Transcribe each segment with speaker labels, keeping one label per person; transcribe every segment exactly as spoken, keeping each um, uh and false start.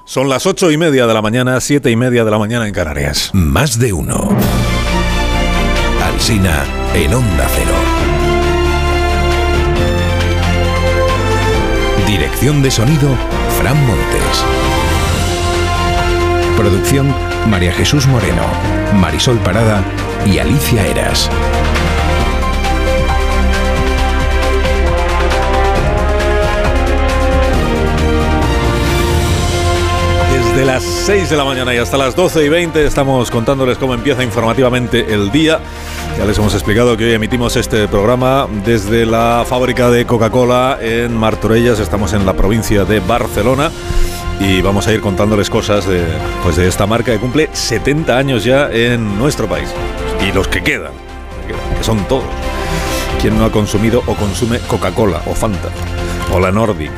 Speaker 1: Son las ocho y media de la mañana, siete y media de la mañana en Canarias.
Speaker 2: Más de uno. Alsina en Onda Cero. Dirección de sonido, Fran Montes. Producción, María Jesús Moreno, Marisol Parada y Alicia Eras.
Speaker 1: Desde las seis de la mañana y hasta las doce y veinte estamos contándoles cómo empieza informativamente el día. Ya les hemos explicado que hoy emitimos este programa desde la fábrica de Coca-Cola en Martorelles. Estamos en la provincia de Barcelona y vamos a ir contándoles cosas de, pues de esta marca que cumple setenta años ya en nuestro país. Y los que quedan, que son todos. ¿Quién no ha consumido o consume Coca-Cola o Fanta o la Nordic?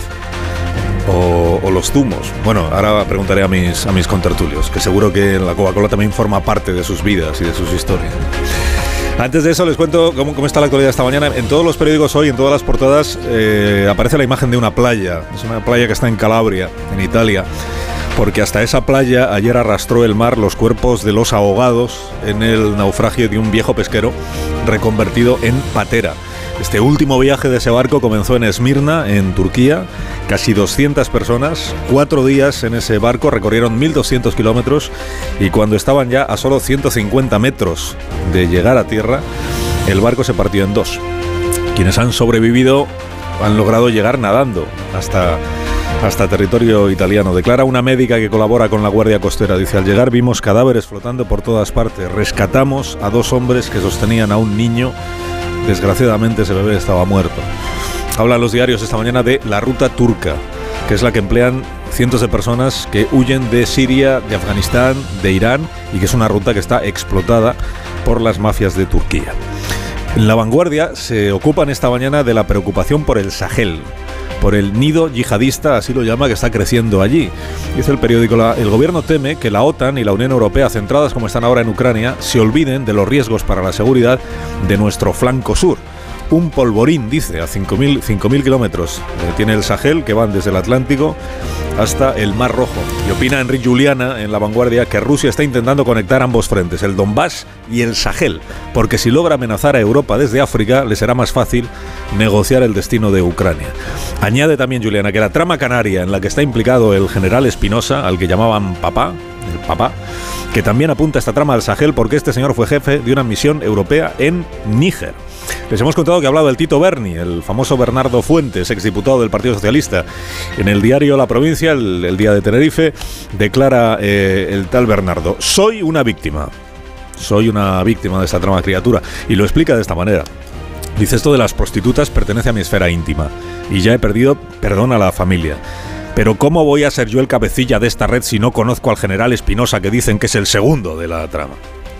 Speaker 1: O, o los zumos. Bueno, ahora preguntaré a mis, a mis contertulios, que seguro que la Coca-Cola también forma parte de sus vidas y de sus historias. Antes de eso les cuento cómo, cómo está la actualidad esta mañana. En todos los periódicos hoy, en todas las portadas, eh, aparece la imagen de una playa. Es una playa que está en Calabria, en Italia, porque hasta esa playa ayer arrastró el mar los cuerpos de los ahogados en el naufragio de un viejo pesquero reconvertido en patera. Este último viaje de ese barco comenzó en Esmirna, en Turquía. Casi doscientas personas, cuatro días en ese barco, recorrieron mil doscientos kilómetros y cuando estaban ya a solo ciento cincuenta metros de llegar a tierra, el barco se partió en dos. Quienes han sobrevivido han logrado llegar nadando hasta, hasta territorio italiano. Declara una médica que colabora con la Guardia Costera. Dice, al llegar vimos cadáveres flotando por todas partes. Rescatamos a dos hombres que sostenían a un niño. Desgraciadamente ese bebé estaba muerto. Hablan los diarios esta mañana de la ruta turca, que es la que emplean cientos de personas que huyen de Siria, de Afganistán, de Irán, y que es una ruta que está explotada por las mafias de Turquía. En La Vanguardia se ocupan esta mañana de la preocupación por el Sahel, por el nido yihadista, así lo llama, que está creciendo allí. Dice el periódico, la, el gobierno teme que la OTAN y la Unión Europea, centradas como están ahora en Ucrania, se olviden de los riesgos para la seguridad de nuestro flanco sur. Un polvorín, dice, a cinco mil kilómetros. Eh, tiene el Sahel, que van desde el Atlántico hasta el Mar Rojo. Y opina Enrique Juliana en La Vanguardia que Rusia está intentando conectar ambos frentes, el Donbass y el Sahel, porque si logra amenazar a Europa desde África, le será más fácil negociar el destino de Ucrania. Añade también Juliana que la trama canaria en la que está implicado el general Espinosa, al que llamaban papá, el papá, que también apunta esta trama al Sahel porque este señor fue jefe de una misión europea en Níger. Les hemos contado que ha hablado el Tito Berni, el famoso Bernardo Fuentes, exdiputado del Partido Socialista. En el diario La Provincia, el, el día de Tenerife, declara eh, el tal Bernardo: soy una víctima, soy una víctima de esta trama criatura. Y lo explica de esta manera. Dice, esto de las prostitutas pertenece a mi esfera íntima y ya he perdido perdón a la familia. Pero ¿cómo voy a ser yo el cabecilla de esta red si no conozco al general Espinosa, que dicen que es el segundo de la trama?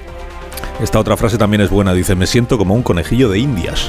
Speaker 1: Esta otra frase también es buena, dice, me siento como un conejillo de indias.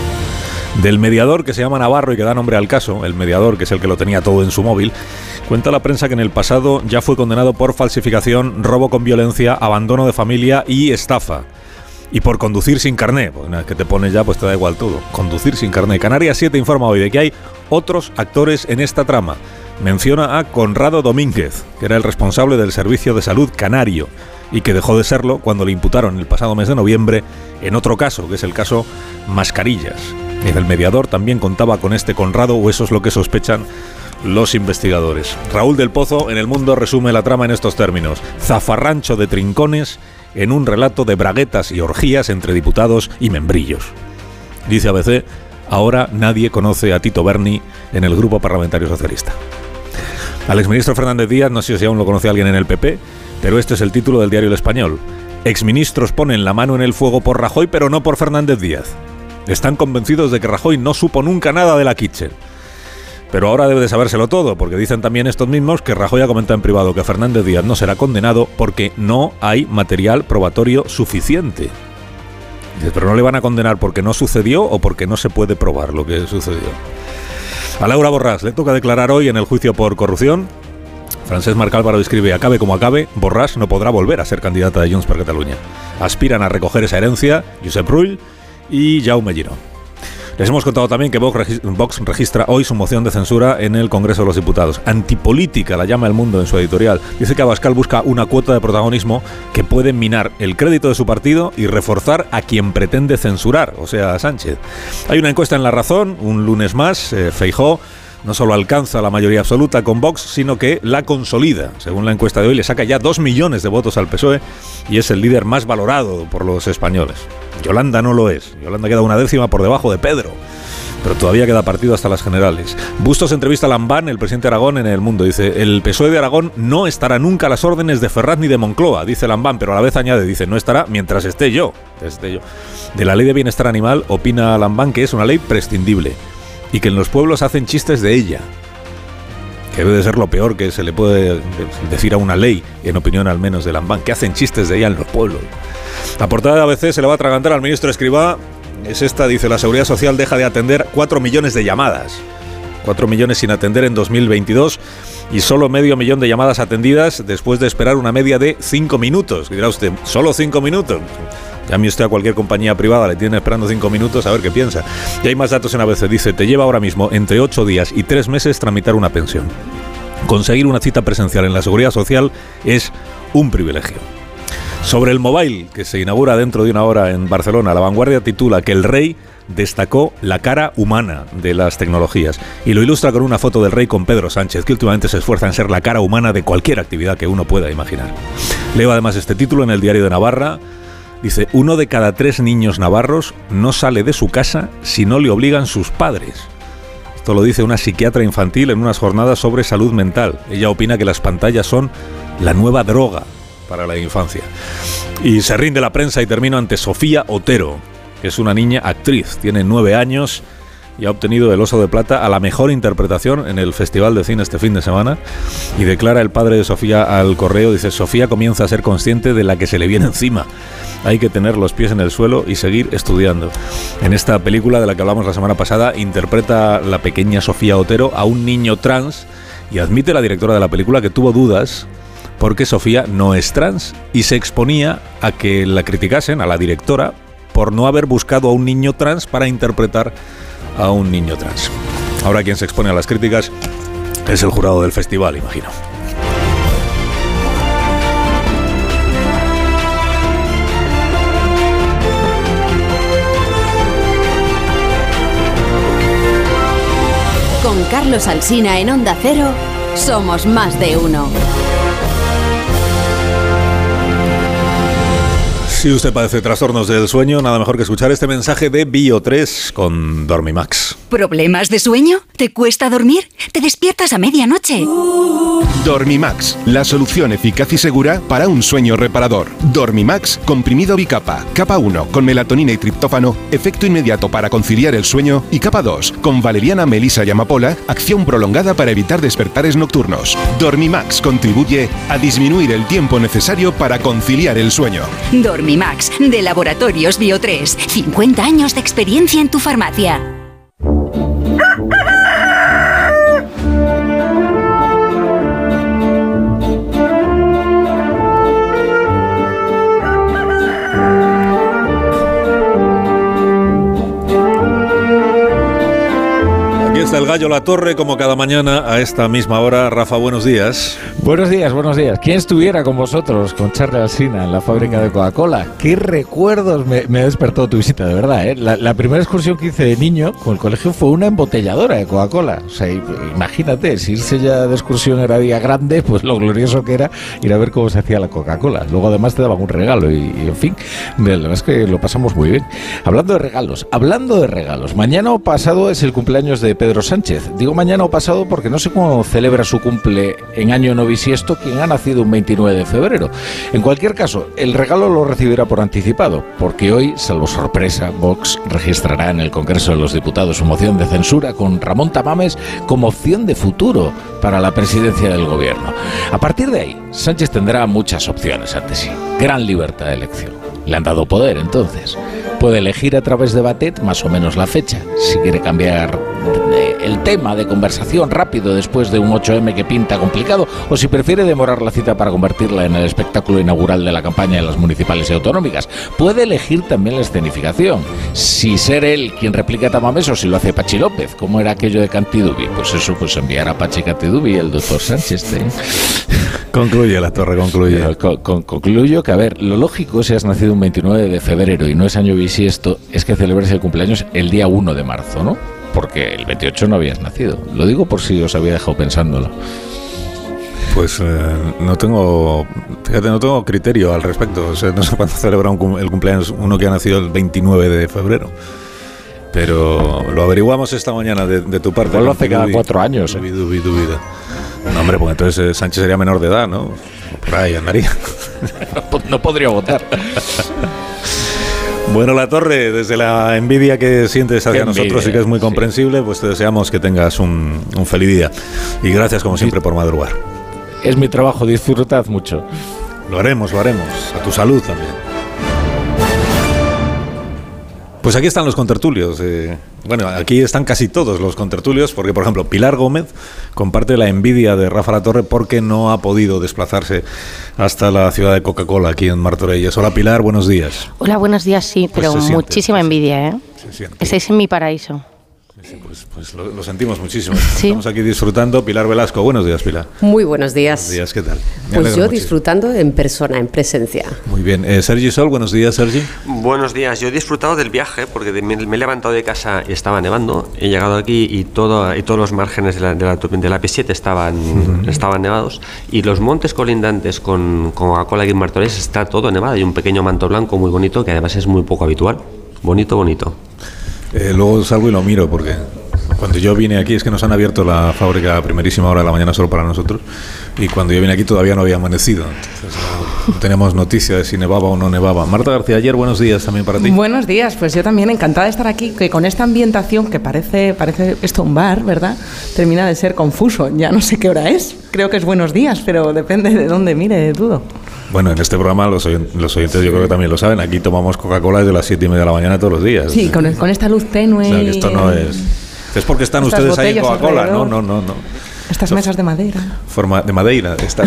Speaker 1: Del mediador, que se llama Navarro y que da nombre al caso, el mediador, que es el que lo tenía todo en su móvil, cuenta la prensa que en el pasado ya fue condenado por falsificación, robo con violencia, abandono de familia y estafa. Y por conducir sin carné, porque una vez que te pones ya, pues te da igual todo. Conducir sin carné. Canarias siete informa hoy de que hay otros actores en esta trama. Menciona a Conrado Domínguez, que era el responsable del Servicio de Salud Canario, y que dejó de serlo cuando le imputaron el pasado mes de noviembre en otro caso, que es el caso Mascarillas. El mediador también contaba con este Conrado, o eso es lo que sospechan los investigadores. Raúl del Pozo, en El Mundo, resume la trama en estos términos: zafarrancho de trincones en un relato de braguetas y orgías entre diputados y membrillos. Dice A B C, ahora nadie conoce a Tito Berni en el Grupo Parlamentario Socialista. Al exministro Fernández Díaz, no sé si aún lo conoce alguien en el P P, pero este es el título del diario El Español. Exministros ponen la mano en el fuego por Rajoy, pero no por Fernández Díaz. Están convencidos de que Rajoy no supo nunca nada de la Kitchen. Pero ahora debe de sabérselo todo, porque dicen también estos mismos que Rajoy ha comentado en privado que Fernández Díaz no será condenado porque no hay material probatorio suficiente. Dice, pero no le van a condenar porque no sucedió o porque no se puede probar lo que sucedió. A Laura Borràs le toca declarar hoy en el juicio por corrupción. Francesc Marc Álvaro escribe, acabe como acabe, Borràs no podrá volver a ser candidata de Junts per Catalunya. Aspiran a recoger esa herencia Josep Rull y Jaume Giró. Les hemos contado también que Vox registra hoy su moción de censura en el Congreso de los Diputados. Antipolítica la llama El Mundo en su editorial. Dice que Abascal busca una cuota de protagonismo que puede minar el crédito de su partido y reforzar a quien pretende censurar, o sea, a Sánchez. Hay una encuesta en La Razón, un lunes más, eh, Feijóo no solo alcanza la mayoría absoluta con Vox, sino que la consolida. Según la encuesta de hoy, le saca ya dos millones de votos al P S O E y es el líder más valorado por los españoles. Yolanda no lo es. Yolanda queda una décima por debajo de Pedro. Pero todavía queda partido hasta las generales. Bustos entrevista a Lambán, el presidente de Aragón, en El Mundo. Dice, el P S O E de Aragón no estará nunca a las órdenes de Ferraz ni de Moncloa, dice Lambán, pero a la vez añade, dice, no estará mientras esté yo. Esté yo. De la ley de bienestar animal, opina Lambán que es una ley prescindible y que en los pueblos hacen chistes de ella. Que debe de ser lo peor que se le puede decir a una ley, en opinión al menos de Lambán, que hacen chistes de ella en los pueblos. La portada de A B C se le va a atragantar al ministro Escrivá. Es esta, dice, la Seguridad Social deja de atender cuatro millones de llamadas. cuatro millones sin atender en dos mil veintidós y solo medio millón de llamadas atendidas después de esperar una media de cinco minutos. Y dirá usted, ¿solo cinco minutos? Llame usted a cualquier compañía privada, le tiene esperando cinco minutos a ver qué piensa. Y hay más datos en A B C. Dice, te lleva ahora mismo entre ocho días y tres meses tramitar una pensión. Conseguir una cita presencial en la Seguridad Social es un privilegio. Sobre el Mobile, que se inaugura dentro de una hora en Barcelona, La Vanguardia titula que el rey destacó la cara humana de las tecnologías y lo ilustra con una foto del rey con Pedro Sánchez, que últimamente se esfuerza en ser la cara humana de cualquier actividad que uno pueda imaginar. Leo además este título en el Diario de Navarra. Dice, uno de cada tres niños navarros no sale de su casa si no le obligan sus padres. Esto lo dice una psiquiatra infantil en unas jornadas sobre salud mental. Ella opina que las pantallas son la nueva droga para la infancia. Y se rinde la prensa y termino ante Sofía Otero, que es una niña actriz, tiene nueve años y ha obtenido el Oso de Plata a la mejor interpretación en el Festival de Cine este fin de semana. Y declara el padre de Sofía al Correo, dice, Sofía comienza a ser consciente de la que se le viene encima. Hay que tener los pies en el suelo y seguir estudiando. En esta película de la que hablamos la semana pasada, interpreta la pequeña Sofía Otero a un niño trans y admite la directora de la película que tuvo dudas porque Sofía no es trans y se exponía a que la criticasen, a la directora, por no haber buscado a un niño trans para interpretar a un niño trans. Ahora quien se expone a las críticas es el jurado del festival, imagino.
Speaker 3: Con Carlos Alsina en Onda Cero, somos más de uno.
Speaker 1: Si usted padece trastornos del sueño, nada mejor que escuchar este mensaje de Bio tres con Dormimax.
Speaker 4: ¿Problemas de sueño? ¿Te cuesta dormir? ¿Te despiertas a medianoche?
Speaker 2: Dormimax, la solución eficaz y segura para un sueño reparador. Dormimax, comprimido bicapa. Capa uno, con melatonina y triptófano, efecto inmediato para conciliar el sueño. Y capa dos, con valeriana, melisa y amapola, acción prolongada para evitar despertares nocturnos. Dormimax contribuye a disminuir el tiempo necesario para conciliar el sueño.
Speaker 4: Dormimax, de Laboratorios Bio tres. cincuenta años de experiencia en tu farmacia.
Speaker 1: Está el gallo La Torre, como cada mañana a esta misma hora. Rafa, buenos días.
Speaker 5: Buenos días, buenos días. ¿Quién estuviera con vosotros, con Charlie Alsina, en la fábrica de Coca-Cola? ¿Qué recuerdos me, me ha despertado tu visita, de verdad, ¿eh? La, la primera excursión que hice de niño con el colegio fue una embotelladora de Coca-Cola. O sea, imagínate, si irse ya de excursión era día grande, pues lo glorioso que era ir a ver cómo se hacía la Coca-Cola. Luego además te daban un regalo y, y en fin, la verdad es que lo pasamos muy bien. Hablando de regalos, hablando de regalos, mañana o pasado es el cumpleaños de Pedro Sánchez. Digo mañana o pasado porque no sé cómo celebra su cumple en año no bisiesto quien ha nacido un veintinueve de febrero. En cualquier caso, el regalo lo recibirá por anticipado, porque hoy, salvo sorpresa, Vox registrará en el Congreso de los Diputados su moción de censura con Ramón Tamames como opción de futuro para la presidencia del gobierno. A partir de ahí, Sánchez tendrá muchas opciones ante sí. Gran libertad de elección. Le han dado poder, entonces. Puede elegir a través de Batet más o menos la fecha, si quiere cambiar de el tema de conversación rápido después de un ocho eme que pinta complicado, o si prefiere demorar la cita para convertirla en el espectáculo inaugural de la campaña de las municipales y autonómicas. Puede elegir también la escenificación. Si ser él quien replica a Tamames o si lo hace Pachi López, como era aquello de Cantidubi. Pues eso, pues enviar a Pachi Cantidubi y el doctor Sánchez. ¿eh?
Speaker 1: Concluye, La Torre, concluye.
Speaker 5: Con, con, concluyo que, a ver, lo lógico si has nacido un veintinueve de febrero y no es año bisiesto, es que celebres el cumpleaños el día uno de marzo, ¿no? Porque el veintiocho no habías nacido. Lo digo por si os había dejado pensándolo.
Speaker 1: Pues eh, no tengo, fíjate, no tengo criterio al respecto. O sea, no sé cuándo celebra un, el cumpleaños uno que ha nacido el veintinueve de febrero. Pero lo averiguamos esta mañana de, de tu parte.
Speaker 5: Pues lo hace cada cuatro años.
Speaker 1: Dubi, dubi, dubi. No, hombre, porque entonces eh, Sánchez sería menor de edad, ¿no? Por ahí andaría.
Speaker 5: No podría votar.
Speaker 1: Bueno, La Torre, desde la envidia que sientes hacia envidia, nosotros y que es muy comprensible, sí. Pues te deseamos que tengas un, un feliz día. Y gracias, como siempre, por madrugar.
Speaker 5: Es mi trabajo, disfrutad mucho.
Speaker 1: Lo haremos, lo haremos. A tu salud también. Pues aquí están los contertulios. Eh, bueno, aquí están casi todos los contertulios, porque, por ejemplo, Pilar Gómez comparte la envidia de Rafa La Torre porque no ha podido desplazarse hasta la ciudad de Coca-Cola, aquí en Martorelles. Hola, Pilar, buenos días.
Speaker 6: Hola, buenos días, sí, pero pues muchísima siente, envidia, ¿eh? Estáis en mi paraíso.
Speaker 1: Sí, pues, pues lo, lo sentimos muchísimo. Sí. Estamos aquí disfrutando. Pilar Velasco, buenos días, Pilar.
Speaker 7: Muy buenos días.
Speaker 1: Buenos días, ¿qué tal?
Speaker 7: Me pues yo muchísimo. Disfrutando en persona, en presencia.
Speaker 1: Muy bien. Eh, Sergi Sol, buenos días, Sergi.
Speaker 8: Buenos días. Yo he disfrutado del viaje porque me, me he levantado de casa y estaba nevando. He llegado aquí y, todo, y todos los márgenes de la, de la, de la P siete estaban, uh-huh. estaban nevados. Y los montes colindantes con, con Coca-Cola aquí en Martorelles está todo nevado. Hay un pequeño manto blanco muy bonito que además es muy poco habitual. Bonito, bonito.
Speaker 1: Eh, luego salgo y lo miro porque... Cuando yo vine aquí, es que nos han abierto la fábrica a primerísima hora de la mañana solo para nosotros, y cuando yo vine aquí todavía no había amanecido, entonces no, no teníamos noticia de si nevaba o no nevaba. Marta García, ayer, buenos días también para ti.
Speaker 9: Buenos días, pues yo también encantada de estar aquí, que con esta ambientación que parece, parece esto un bar, ¿verdad? Termina de ser confuso, ya no sé qué hora es, creo que es buenos días, pero depende de dónde mire, dudo.
Speaker 1: Bueno, en este programa los oyentes, los oyentes yo creo que también lo saben, aquí tomamos Coca-Cola desde las siete y media de la mañana todos los días.
Speaker 9: Sí, con, con esta luz tenue.
Speaker 1: O sea, que esto no es... Es porque están Estas ustedes ahí en Coca-Cola, no, no, no, no.
Speaker 9: Estas mesas de madera.
Speaker 1: Forma de madera. Esta,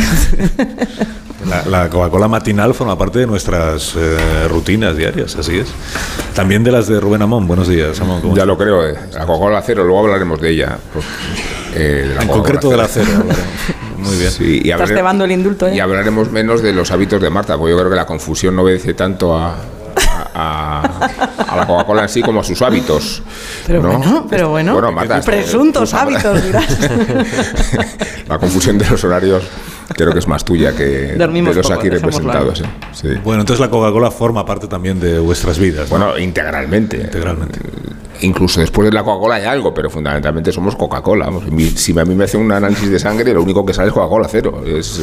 Speaker 1: la, la Coca-Cola matinal forma parte de nuestras eh, rutinas diarias, así es. También de las de Rubén Amón. Buenos días, Amón. ¿Cómo
Speaker 10: ya estás? Lo creo, eh. La Coca-Cola cero, luego hablaremos de ella. Pues, eh, de la
Speaker 1: en concreto de la cero. Muy bien.
Speaker 10: Sí, y
Speaker 9: Estás cebando el indulto, ¿eh?
Speaker 10: Y hablaremos menos de los hábitos de Marta, porque yo creo que la confusión no obedece tanto a... A, a la Coca-Cola en sí como a sus hábitos.
Speaker 9: Pero
Speaker 10: ¿no?
Speaker 9: bueno, pero bueno,
Speaker 10: bueno Marta,
Speaker 9: presuntos hábitos, dirás.
Speaker 10: La confusión de los horarios creo que es más tuya que
Speaker 9: Dormimos
Speaker 10: de los
Speaker 9: poco,
Speaker 10: aquí representados. ¿eh? Sí.
Speaker 1: Bueno, entonces la Coca-Cola forma parte también de vuestras vidas, ¿no?
Speaker 10: Bueno, integralmente.
Speaker 1: Integralmente.
Speaker 10: Incluso después de la Coca-Cola hay algo, pero fundamentalmente somos Coca-Cola. Si a mí me hace un análisis de sangre, lo único que sale es Coca-Cola cero. Es...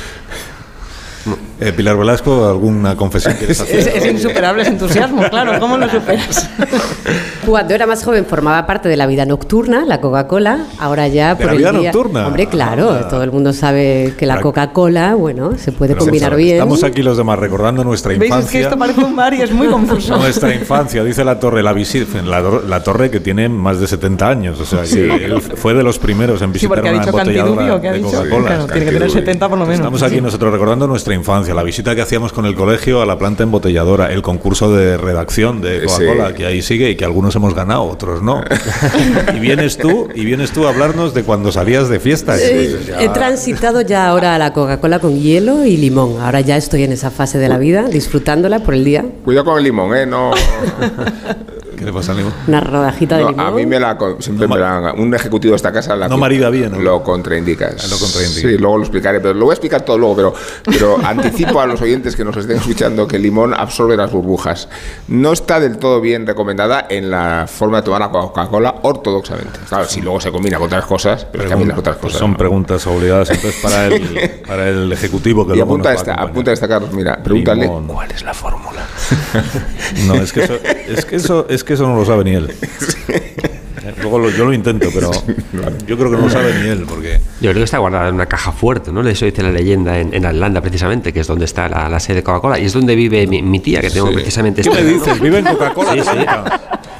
Speaker 1: Eh, Pilar Velasco, ¿alguna confesión quieres hacer?
Speaker 9: Es, es insuperable ese entusiasmo, claro, ¿cómo lo superas?
Speaker 7: Cuando era más joven formaba parte de la vida nocturna, la Coca-Cola, ahora ya
Speaker 1: ¿De
Speaker 7: por
Speaker 1: la
Speaker 7: el
Speaker 1: vida
Speaker 7: día...
Speaker 1: nocturna?
Speaker 7: Hombre, claro, ah. todo el mundo sabe que la Coca-Cola, bueno, se puede
Speaker 1: Pero
Speaker 7: combinar
Speaker 1: sí,
Speaker 7: bien.
Speaker 1: Estamos aquí los demás recordando nuestra infancia.
Speaker 9: ¿Veis? Es que esto parece un bar y es muy confuso.
Speaker 1: Nuestra infancia, dice La Torre, la, la, la Torre que tiene más de setenta años, o sea, sí. él fue de los primeros en visitar
Speaker 9: sí,
Speaker 1: una embotelladora de Coca-Cola.
Speaker 9: Claro, tiene que tener setenta por lo menos.
Speaker 1: Estamos aquí sí. nosotros recordando nuestra infancia, la visita que hacíamos con el colegio a la planta embotelladora, el concurso de redacción de Coca-Cola, sí. que ahí sigue y que algunos hemos ganado, otros no. y vienes tú y vienes tú a hablarnos de cuando salías de fiesta.
Speaker 7: Sí, ya... He transitado ya ahora a la Coca-Cola con hielo y limón. Ahora ya estoy en esa fase de la vida, disfrutándola por el día.
Speaker 10: Cuidado con el limón, ¿eh? No...
Speaker 1: ¿Qué le pasa al limón?
Speaker 7: Una rodajita de
Speaker 10: no,
Speaker 7: limón.
Speaker 10: A mí me la siempre no, me la, un ejecutivo de esta casa la,
Speaker 1: no marida bien, ¿no?
Speaker 10: Lo contraindicas.
Speaker 1: Lo contraindicas.
Speaker 10: Sí, luego lo explicaré, pero lo voy a explicar todo luego, pero, pero anticipo a los oyentes que nos estén escuchando que el limón absorbe las burbujas. No está del todo bien recomendada en la forma de tomar la Coca-Cola ortodoxamente. Claro, si luego se combina con otras cosas, pero es que a mí las otras cosas
Speaker 1: pues son
Speaker 10: no.
Speaker 1: preguntas obligadas entonces para el, para el ejecutivo que
Speaker 10: y
Speaker 1: luego
Speaker 10: apunta
Speaker 1: nos
Speaker 10: esta,
Speaker 1: va a
Speaker 10: apunta esta, Carlos, mira, pregúntale
Speaker 1: limón.
Speaker 10: ¿Cuál es la fórmula?
Speaker 1: No, es que eso, es que eso, es que eso no lo sabe ni él. Luego lo, yo lo intento, pero yo creo que no lo sabe ni él, porque...
Speaker 8: Yo creo que está guardada en una caja fuerte, ¿no? Eso dice la leyenda en, en Atlanta, precisamente, que es donde está la, la sede de Coca-Cola, y es donde vive mi, mi tía, que tengo sí. precisamente...
Speaker 1: ¿Qué me dices? ¿Vive en Coca-Cola?
Speaker 8: Sí, sí.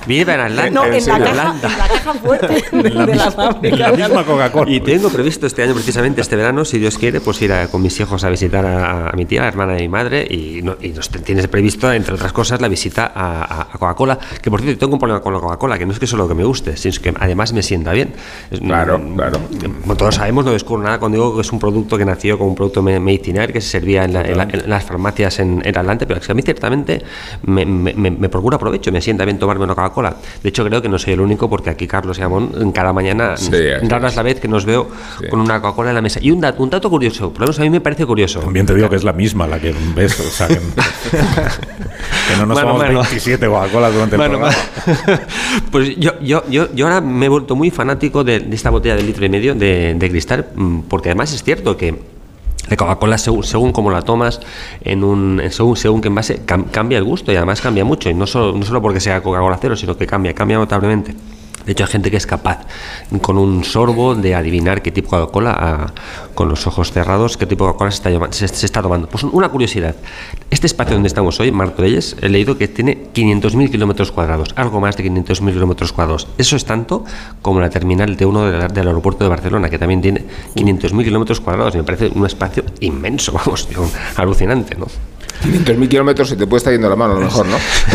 Speaker 8: Viva en Atlanta.
Speaker 9: No, en,
Speaker 8: en,
Speaker 9: la, caja,
Speaker 8: Atlanta.
Speaker 9: en la caja fuerte
Speaker 1: en
Speaker 9: de
Speaker 1: la,
Speaker 9: la
Speaker 1: misma,
Speaker 9: fábrica.
Speaker 1: En la misma Coca-Cola.
Speaker 8: Y tengo previsto este año, precisamente este verano, si Dios quiere, pues ir a, con mis hijos a visitar a, a mi tía, la hermana de mi madre, y, no, y nos tienes previsto, entre otras cosas, la visita a, a, a Coca-Cola, que por cierto tengo un problema con la Coca-Cola, que no es que solo que me guste, sino que además me sienta bien.
Speaker 10: Claro, claro.
Speaker 8: Como todos sabemos, no descubro nada cuando digo que es un producto que nació como un producto medicinal que se servía en, la, en, la, en las farmacias en, en Atlanta, pero que a mí ciertamente me, me, me, me procura provecho, me sienta bien tomarme una Coca-Cola. De hecho, creo que no soy el único, porque aquí Carlos y Amón, en cada mañana, sí, rara es la vez que nos veo sí. con una Coca-Cola en la mesa. Y un dato, un dato curioso, por lo menos a mí me parece curioso.
Speaker 1: También te digo que es la misma la que ves, o sea, que, que no nos
Speaker 8: bueno,
Speaker 1: tomamos
Speaker 8: bueno.
Speaker 1: veintisiete Coca-Cola durante el
Speaker 8: bueno,
Speaker 1: programa.
Speaker 8: Pues yo, yo, yo, yo ahora me he vuelto muy fanático de, de esta botella de litro y medio de, de cristal, porque además es cierto que la Coca-Cola, según, según como la tomas, en un según, según que envase, cam, cambia el gusto, y además cambia mucho, y no solo, no solo porque sea Coca-Cola cero, sino que cambia, cambia notablemente. De hecho, hay gente que es capaz, con un sorbo, de adivinar qué tipo de Coca-Cola, a, con los ojos cerrados, qué tipo de Coca-Cola se está, se, se está tomando. Pues una curiosidad, este espacio donde estamos hoy, Martorelles, he leído que tiene quinientos mil kilómetros cuadrados, algo más de quinientos mil kilómetros cuadrados. Eso es tanto como la terminal T uno del, del aeropuerto de Barcelona, que también tiene quinientos mil kilómetros cuadrados. Me parece un espacio inmenso, vamos, digo, alucinante, ¿no?
Speaker 10: quinientos mil kilómetros se te puede estar yendo la mano, a lo mejor, ¿no?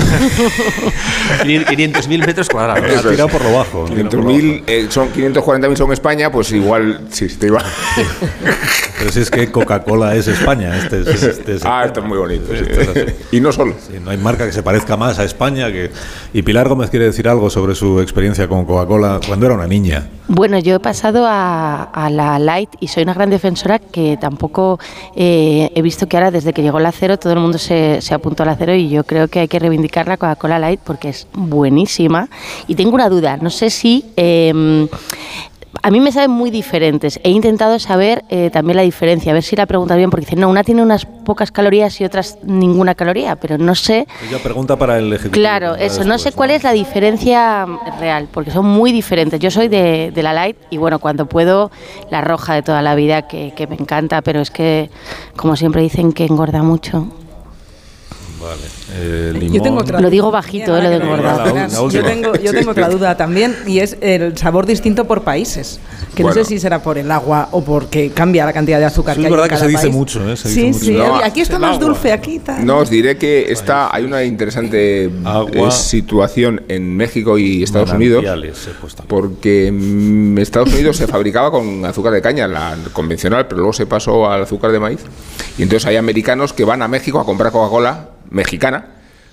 Speaker 8: quinientos mil metros cuadrados.
Speaker 1: Ha tirado por lo bajo.
Speaker 10: quinientos mil, eh, son quinientos cuarenta mil son España, pues igual, sí, te iba.
Speaker 1: Pero si es que Coca-Cola es España. Este es, este es
Speaker 10: ah, esto es muy bonito. Sí.
Speaker 1: Es
Speaker 10: y no solo.
Speaker 1: Sí, no hay marca que se parezca más a España. Que... Y Pilar Gómez quiere decir algo sobre su experiencia con Coca-Cola cuando era una niña.
Speaker 6: Bueno, yo he pasado a, a la Light y soy una gran defensora, que tampoco eh, he visto que ahora, desde que llegó la Cero, todo el mundo se, se apuntó a la Cero, y yo creo que hay que reivindicar la Coca-Cola Light porque es buenísima. Y tengo una duda, no sé si... Eh, a mí me saben muy diferentes. He intentado saber eh, también la diferencia, a ver si la pregunta bien, porque dicen, no, una tiene unas pocas calorías y otras ninguna caloría, pero no sé...
Speaker 1: Ella pregunta para el ejecutivo.
Speaker 6: Claro, eso, después, no sé cuál ¿no? es la diferencia real, porque son muy diferentes. Yo soy de, de la Light y bueno, cuando puedo, la roja de toda la vida, que, que me encanta, pero es que, como siempre dicen, que engorda mucho.
Speaker 1: Vale. Eh, limón.
Speaker 9: Yo tengo otra
Speaker 6: lo digo bajito, eh, lo de engordar.
Speaker 9: La, la yo tengo, yo tengo otra duda también, y es el sabor distinto por países. Que bueno. no sé si será por el agua o porque cambia la cantidad de azúcar
Speaker 1: Eso
Speaker 9: que
Speaker 1: es
Speaker 9: hay
Speaker 1: verdad
Speaker 9: en cada
Speaker 1: que se dice
Speaker 9: país.
Speaker 1: mucho, ¿eh? Se
Speaker 9: sí,
Speaker 1: dice
Speaker 9: sí.
Speaker 1: mucho.
Speaker 9: No, aquí está más agua. Dulce, aquí tal.
Speaker 10: No, os diré que está, hay una interesante eh, situación en México y Estados Unidos, porque en Estados Unidos se fabricaba con azúcar de caña, la convencional, pero luego se pasó al azúcar de maíz. Y entonces hay americanos que van a México a comprar Coca-Cola mexicana,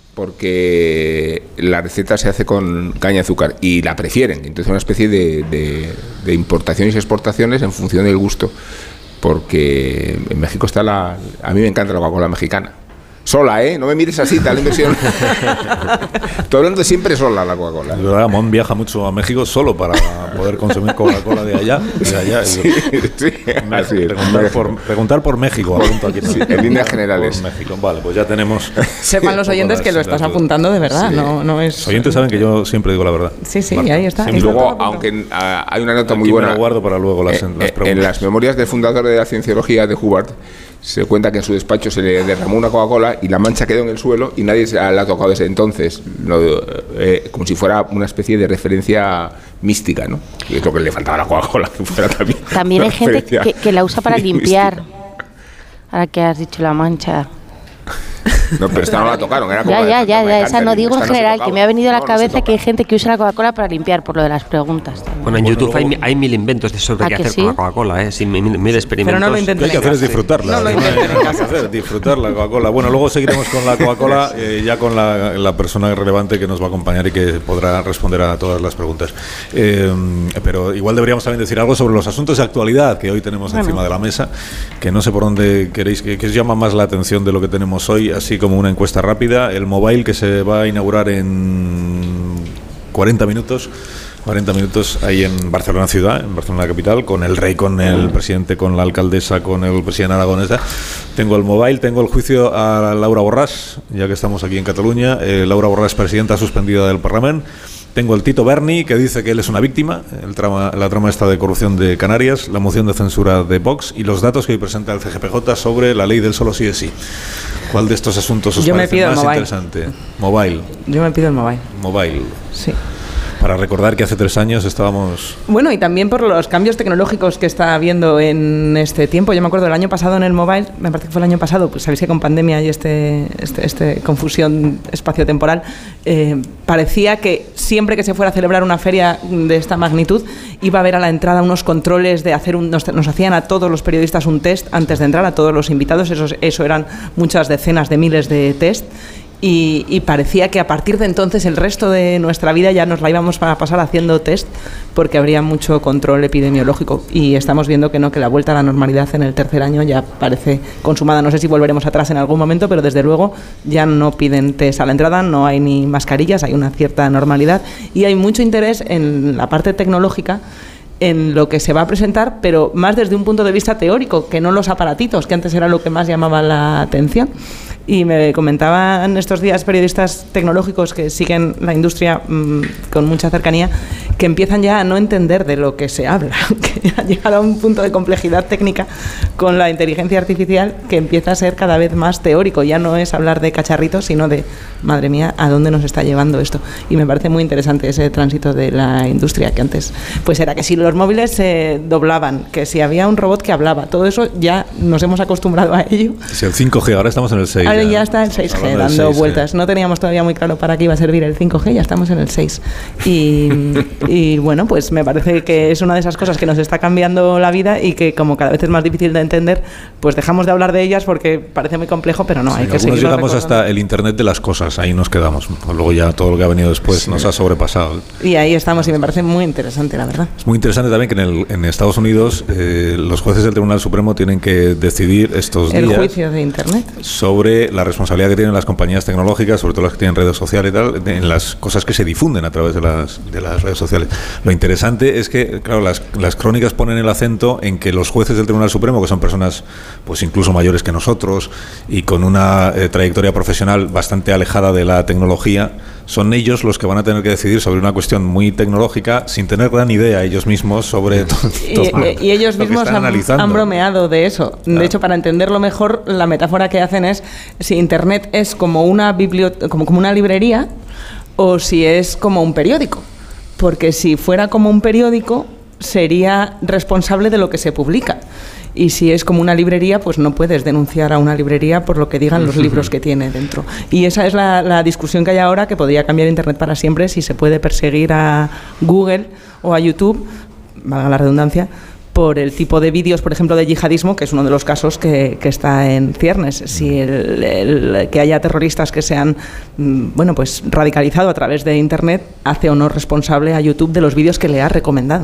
Speaker 10: porque la receta se hace con caña de azúcar y la prefieren. Entonces es una especie de, de, de importaciones y exportaciones en función del gusto, porque en México está la... A mí me encanta la Coca-Cola mexicana. Sola, ¿eh? No me mires así, tal inversión. Estoy hablando de siempre sola la Coca-Cola.
Speaker 1: De verdad, Amón viaja mucho a México solo para poder consumir Coca-Cola de allá. De allá.
Speaker 10: Sí, sí, así es.
Speaker 1: Preguntar por, preguntar por México. Apunto aquí,
Speaker 10: sí, en líneas generales.
Speaker 1: Por México. Vale, pues ya tenemos...
Speaker 9: Sepan los oyentes las, que lo estás apuntando de verdad, sí. no, no es...
Speaker 1: Los oyentes saben que yo siempre digo la verdad.
Speaker 9: Sí, sí, Marta. Ahí está.
Speaker 10: Y luego, aunque uh, hay una nota
Speaker 1: aquí
Speaker 10: muy buena...
Speaker 1: me la guardo para luego las,
Speaker 10: eh,
Speaker 1: las preguntas.
Speaker 10: En las memorias del fundador de la Cienciología de Hubbard, se cuenta que en su despacho se le derramó una Coca-Cola y la mancha quedó en el suelo y nadie se la ha tocado desde entonces, no, eh, como si fuera una especie de referencia mística, ¿no? Y es lo que le faltaba a la Coca-Cola, que fuera también.
Speaker 6: También hay gente que, que la usa para limpiar. Mística. Ahora que has dicho la mancha.
Speaker 10: No, pero esta no la tocaron, era como
Speaker 6: ya, ya, ya, ya, esa no digo en general,
Speaker 10: no
Speaker 6: que me ha venido a la
Speaker 10: no,
Speaker 6: cabeza
Speaker 10: no
Speaker 6: que hay gente que usa la Coca-Cola para limpiar, por lo de las preguntas. También.
Speaker 8: Bueno, en YouTube hay, hay mil inventos de sobre qué hacer sí? con la Coca-Cola, ¿eh? Sí, mil, mil experimentos.
Speaker 9: Pero no lo intenten.
Speaker 1: Lo que hay que hacer es disfrutarla.
Speaker 9: No lo intenten en casa.
Speaker 1: Hacer, disfrutar la Coca-Cola. Bueno, luego seguiremos con la Coca-Cola, eh, ya con la, la persona relevante que nos va a acompañar y que podrá responder a todas las preguntas. Eh, pero igual deberíamos también decir algo sobre los asuntos de actualidad que hoy tenemos bueno. encima de la mesa, que no sé por dónde queréis, que, que os llama más la atención de lo que tenemos hoy, así como una encuesta rápida. El Mobile, que se va a inaugurar en cuarenta minutos cuarenta minutos ahí en Barcelona ciudad, en Barcelona capital, con el rey, con el presidente, con la alcaldesa, con el presidente aragonesa. Tengo el Mobile, tengo el juicio a Laura Borràs, ya que estamos aquí en Cataluña. eh, Laura Borràs, presidenta suspendida del Parlamento. Tengo el Tito Berni, que dice que él es una víctima, el trama, la trama esta de corrupción de Canarias, la moción de censura de Vox y los datos que hoy presenta el C G P J sobre la ley del solo sí es sí. ¿Cuál de estos asuntos os
Speaker 9: Yo
Speaker 1: parece
Speaker 9: me pido
Speaker 1: más
Speaker 9: el mobile.
Speaker 1: interesante? Mobile.
Speaker 9: Yo me pido el mobile.
Speaker 1: Mobile.
Speaker 9: Sí.
Speaker 1: Para recordar que hace tres años estábamos...
Speaker 9: Bueno, y también por los cambios tecnológicos que está habiendo en este tiempo. Yo me acuerdo el año pasado en el mobile, me parece que fue el año pasado, pues sabéis que con pandemia y este, este, este confusión espacio-temporal, eh, parecía que siempre que se fuera a celebrar una feria de esta magnitud, iba a haber a la entrada unos controles de hacer un... Nos, nos hacían a todos los periodistas un test antes de entrar, a todos los invitados, eso, eso eran muchas decenas de miles de test. Y, y parecía que a partir de entonces el resto de nuestra vida ya nos la íbamos a pasar haciendo test porque habría mucho control epidemiológico y estamos viendo que no, que la vuelta a la normalidad en el tercer año ya parece consumada. No sé si volveremos atrás en algún momento, pero desde luego ya no piden test a la entrada, no hay ni mascarillas, hay una cierta normalidad y hay mucho interés en la parte tecnológica, en lo que se va a presentar, pero más desde un punto de vista teórico, que no los aparatitos, que antes era lo que más llamaba la atención. Y me comentaban estos días periodistas tecnológicos que siguen la industria mmm, con mucha cercanía, que empiezan ya a no entender de lo que se habla, que ha llegado a un punto de complejidad técnica con la inteligencia artificial que empieza a ser cada vez más teórico. Ya no es hablar de cacharritos, sino de, madre mía, ¿a dónde nos está llevando esto? Y me parece muy interesante ese tránsito de la industria, que antes pues era que si los móviles se doblaban, que si había un robot que hablaba, todo eso ya nos hemos acostumbrado a ello.
Speaker 1: Si el cinco G, ahora estamos en el seis.
Speaker 9: Ahora ya, ya está el seis G dando seis G. Vueltas. No teníamos todavía muy claro para qué iba a servir el cinco G, ya estamos en el seis. Y, y bueno, pues me parece que es una de esas cosas que nos está cambiando la vida y que como cada vez es más difícil de entender, pues dejamos de hablar de ellas porque parece muy complejo, pero no, sí, hay que seguir.
Speaker 1: Llegamos hasta el Internet de las cosas, ahí nos quedamos. Luego ya todo lo que ha venido después sí. nos ha sobrepasado.
Speaker 9: Y ahí estamos y me parece muy interesante, la verdad.
Speaker 1: Es muy interesante también que en, el, en Estados Unidos eh, los jueces del Tribunal Supremo tienen que decidir estos
Speaker 9: el
Speaker 1: días
Speaker 9: juicio de Internet
Speaker 1: sobre la responsabilidad que tienen las compañías tecnológicas, sobre todo las que tienen redes sociales y tal, en las cosas que se difunden a través de las, de las redes sociales. Lo interesante es que, claro, las, las crónicas ponen el acento en que los jueces del Tribunal Supremo, que son personas pues incluso mayores que nosotros y con una eh, trayectoria profesional bastante alejada de la tecnología, son ellos los que van a tener que decidir sobre una cuestión muy tecnológica sin tener gran idea ellos mismos sobre todo.
Speaker 9: Y, todo y ellos mismos han, han bromeado de eso. De claro. hecho, para entenderlo mejor, la metáfora que hacen es si Internet es como una biblioteca, como, como una librería o si es como un periódico. Porque si fuera como un periódico, sería responsable de lo que se publica. Y si es como una librería, pues no puedes denunciar a una librería por lo que digan los libros que tiene dentro. Y esa es la, la discusión que hay ahora, que podría cambiar Internet para siempre si se puede perseguir a Google o a YouTube, valga la redundancia, por el tipo de vídeos, por ejemplo, de yihadismo, que es uno de los casos que, que está en ciernes. Si el, el, que haya terroristas que se han bueno, pues radicalizado a través de Internet hace o no responsable a YouTube de los vídeos que le ha recomendado.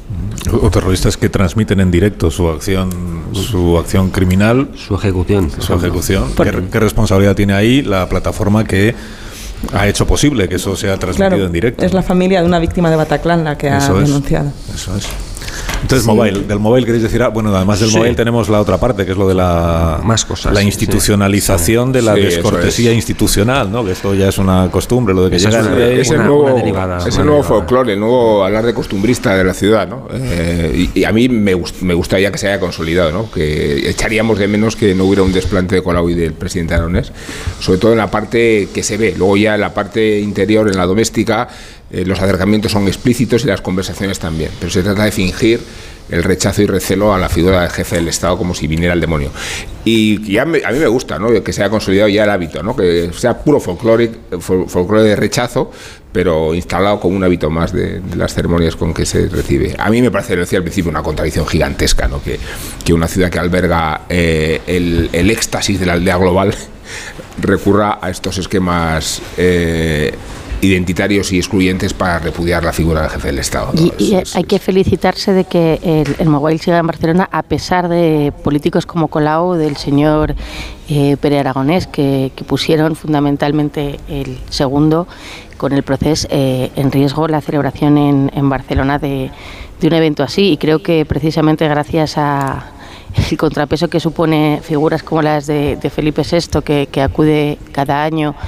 Speaker 1: O terroristas que transmiten en directo su acción su acción criminal,
Speaker 8: su ejecución.
Speaker 1: Su ejecución. ¿Qué, ¿Qué responsabilidad tiene ahí la plataforma que ha hecho posible que eso sea transmitido
Speaker 9: claro,
Speaker 1: en directo?
Speaker 9: Es la familia de una víctima de Bataclan la que
Speaker 1: eso
Speaker 9: ha
Speaker 1: es,
Speaker 9: denunciado.
Speaker 1: Eso es. Entonces, sí. mobile, del móvil queréis decir, ah, bueno, además del sí. móvil tenemos la otra parte, que es lo de la
Speaker 8: más cosas,
Speaker 1: la institucionalización sí. de la sí, descortesía es. institucional, ¿no? Que esto ya es una costumbre, lo de que
Speaker 10: llega es el nuevo, es el nuevo folclore, el nuevo hablar de costumbrista de la ciudad, ¿no? Eh, y, y a mí me, gust, me gustaría que se haya consolidado, ¿no? Que echaríamos de menos que no hubiera un desplante de Colau y del presidente Aragonés, sobre todo en la parte que se ve, luego ya en la parte interior, en la doméstica, eh, los acercamientos son explícitos y las conversaciones también, pero se trata de fingir el rechazo y recelo a la figura del jefe del Estado como si viniera el demonio. Y ya me, a mí me gusta, ¿no? Que se haya consolidado ya el hábito, ¿no? Que sea puro folclore, folclore de rechazo, pero instalado como un hábito más de, de las ceremonias con que se recibe. A mí me parece, lo decía al principio, una contradicción gigantesca, ¿no? Que, que una ciudad que alberga eh, el, el éxtasis de la aldea global recurra a estos esquemas eh, identitarios y excluyentes para repudiar la figura del jefe del Estado, ¿no?
Speaker 6: Y, y
Speaker 10: es, es,
Speaker 6: hay
Speaker 10: es.
Speaker 6: que felicitarse de que el, el mobile siga en Barcelona a pesar de políticos como Colau, del señor eh, Pere Aragonés, que, que pusieron fundamentalmente el segundo con el proceso eh, en riesgo la celebración en, en Barcelona de, de un evento así. Y creo que precisamente gracias a el contrapeso que supone figuras como las de, de Felipe sexto, que, que acude cada año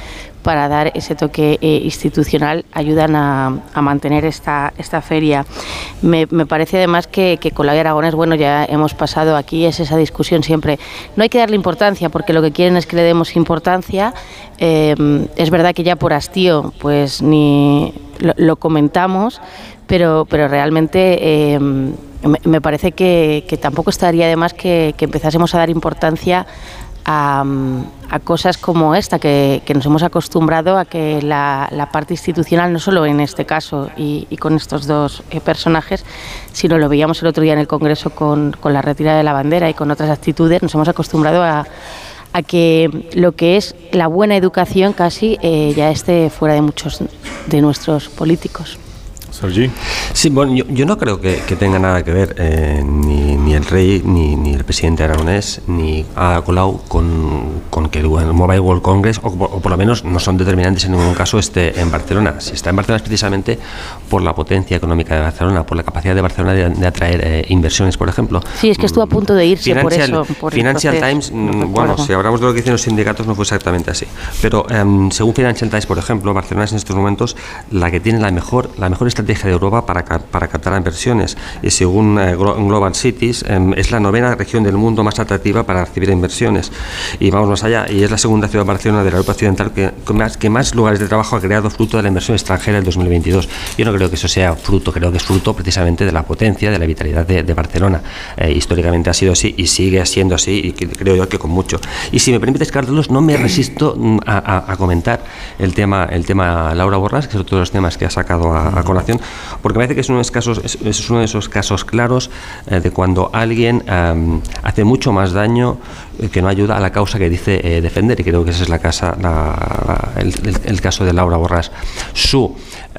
Speaker 6: para dar ese toque eh, institucional ayudan a, a mantener esta, esta feria. Me, me parece además que, que con la Aragonés, bueno, ya hemos pasado aquí, es esa discusión siempre. No hay que darle importancia porque lo que quieren es que le demos importancia. Eh, es verdad que ya por hastío pues ni lo, lo comentamos, pero, pero realmente eh, me, me parece que, que tampoco estaría de más que, que empezásemos a dar importancia a, a cosas como esta, que, que nos hemos acostumbrado a que la, la parte institucional, no solo en este caso y, y con estos dos eh, personajes, sino lo veíamos el otro día en el Congreso con, con la retirada de la bandera y con otras actitudes, nos hemos acostumbrado a, a que lo que es la buena educación casi eh, ya esté fuera de muchos de nuestros políticos.
Speaker 1: Sergi.
Speaker 8: Sí, bueno, yo, yo no creo que, que tenga nada que ver eh, ni, ni el rey, ni, ni el presidente aragonés, ni Ada Colau con, con que el Mobile World Congress, o, o por lo menos no son determinantes en ningún caso esté en Barcelona. Si está en Barcelona es precisamente por la potencia económica de Barcelona, por la capacidad de Barcelona de, de atraer eh, inversiones, por ejemplo.
Speaker 6: Sí, es que estuvo a punto de irse
Speaker 8: Financial,
Speaker 6: por eso. Por
Speaker 8: Financial Times, no bueno, si hablamos de lo que dicen los sindicatos no fue exactamente así. Pero eh, según Financial Times, por ejemplo, Barcelona es en estos momentos la que tiene la mejor, la mejor estrategia de Europa para, para captar inversiones, y según eh, Global Cities eh, es la novena región del mundo más atractiva para recibir inversiones, y vamos más allá, y es la segunda ciudad Barcelona de la Europa Occidental que, que, más, que más lugares de trabajo ha creado fruto de la inversión extranjera en dos mil veintidós. Yo no creo que eso sea fruto, creo que es fruto precisamente de la potencia, de la vitalidad de, de Barcelona. Eh, históricamente ha sido así y sigue siendo así, y que, creo yo que con mucho. Y si me permites, Carlos, no me resisto a, a, a comentar el tema, el tema Laura Borràs, que es otro de los temas que ha sacado a, a colación, porque me parece que es uno de esos casos, es, es uno de esos casos claros eh, de cuando alguien eh, hace mucho más daño eh, que no ayuda a la causa que dice eh, defender, y creo que ese es la casa, la, la, el, el, el caso de Laura Borràs. Su,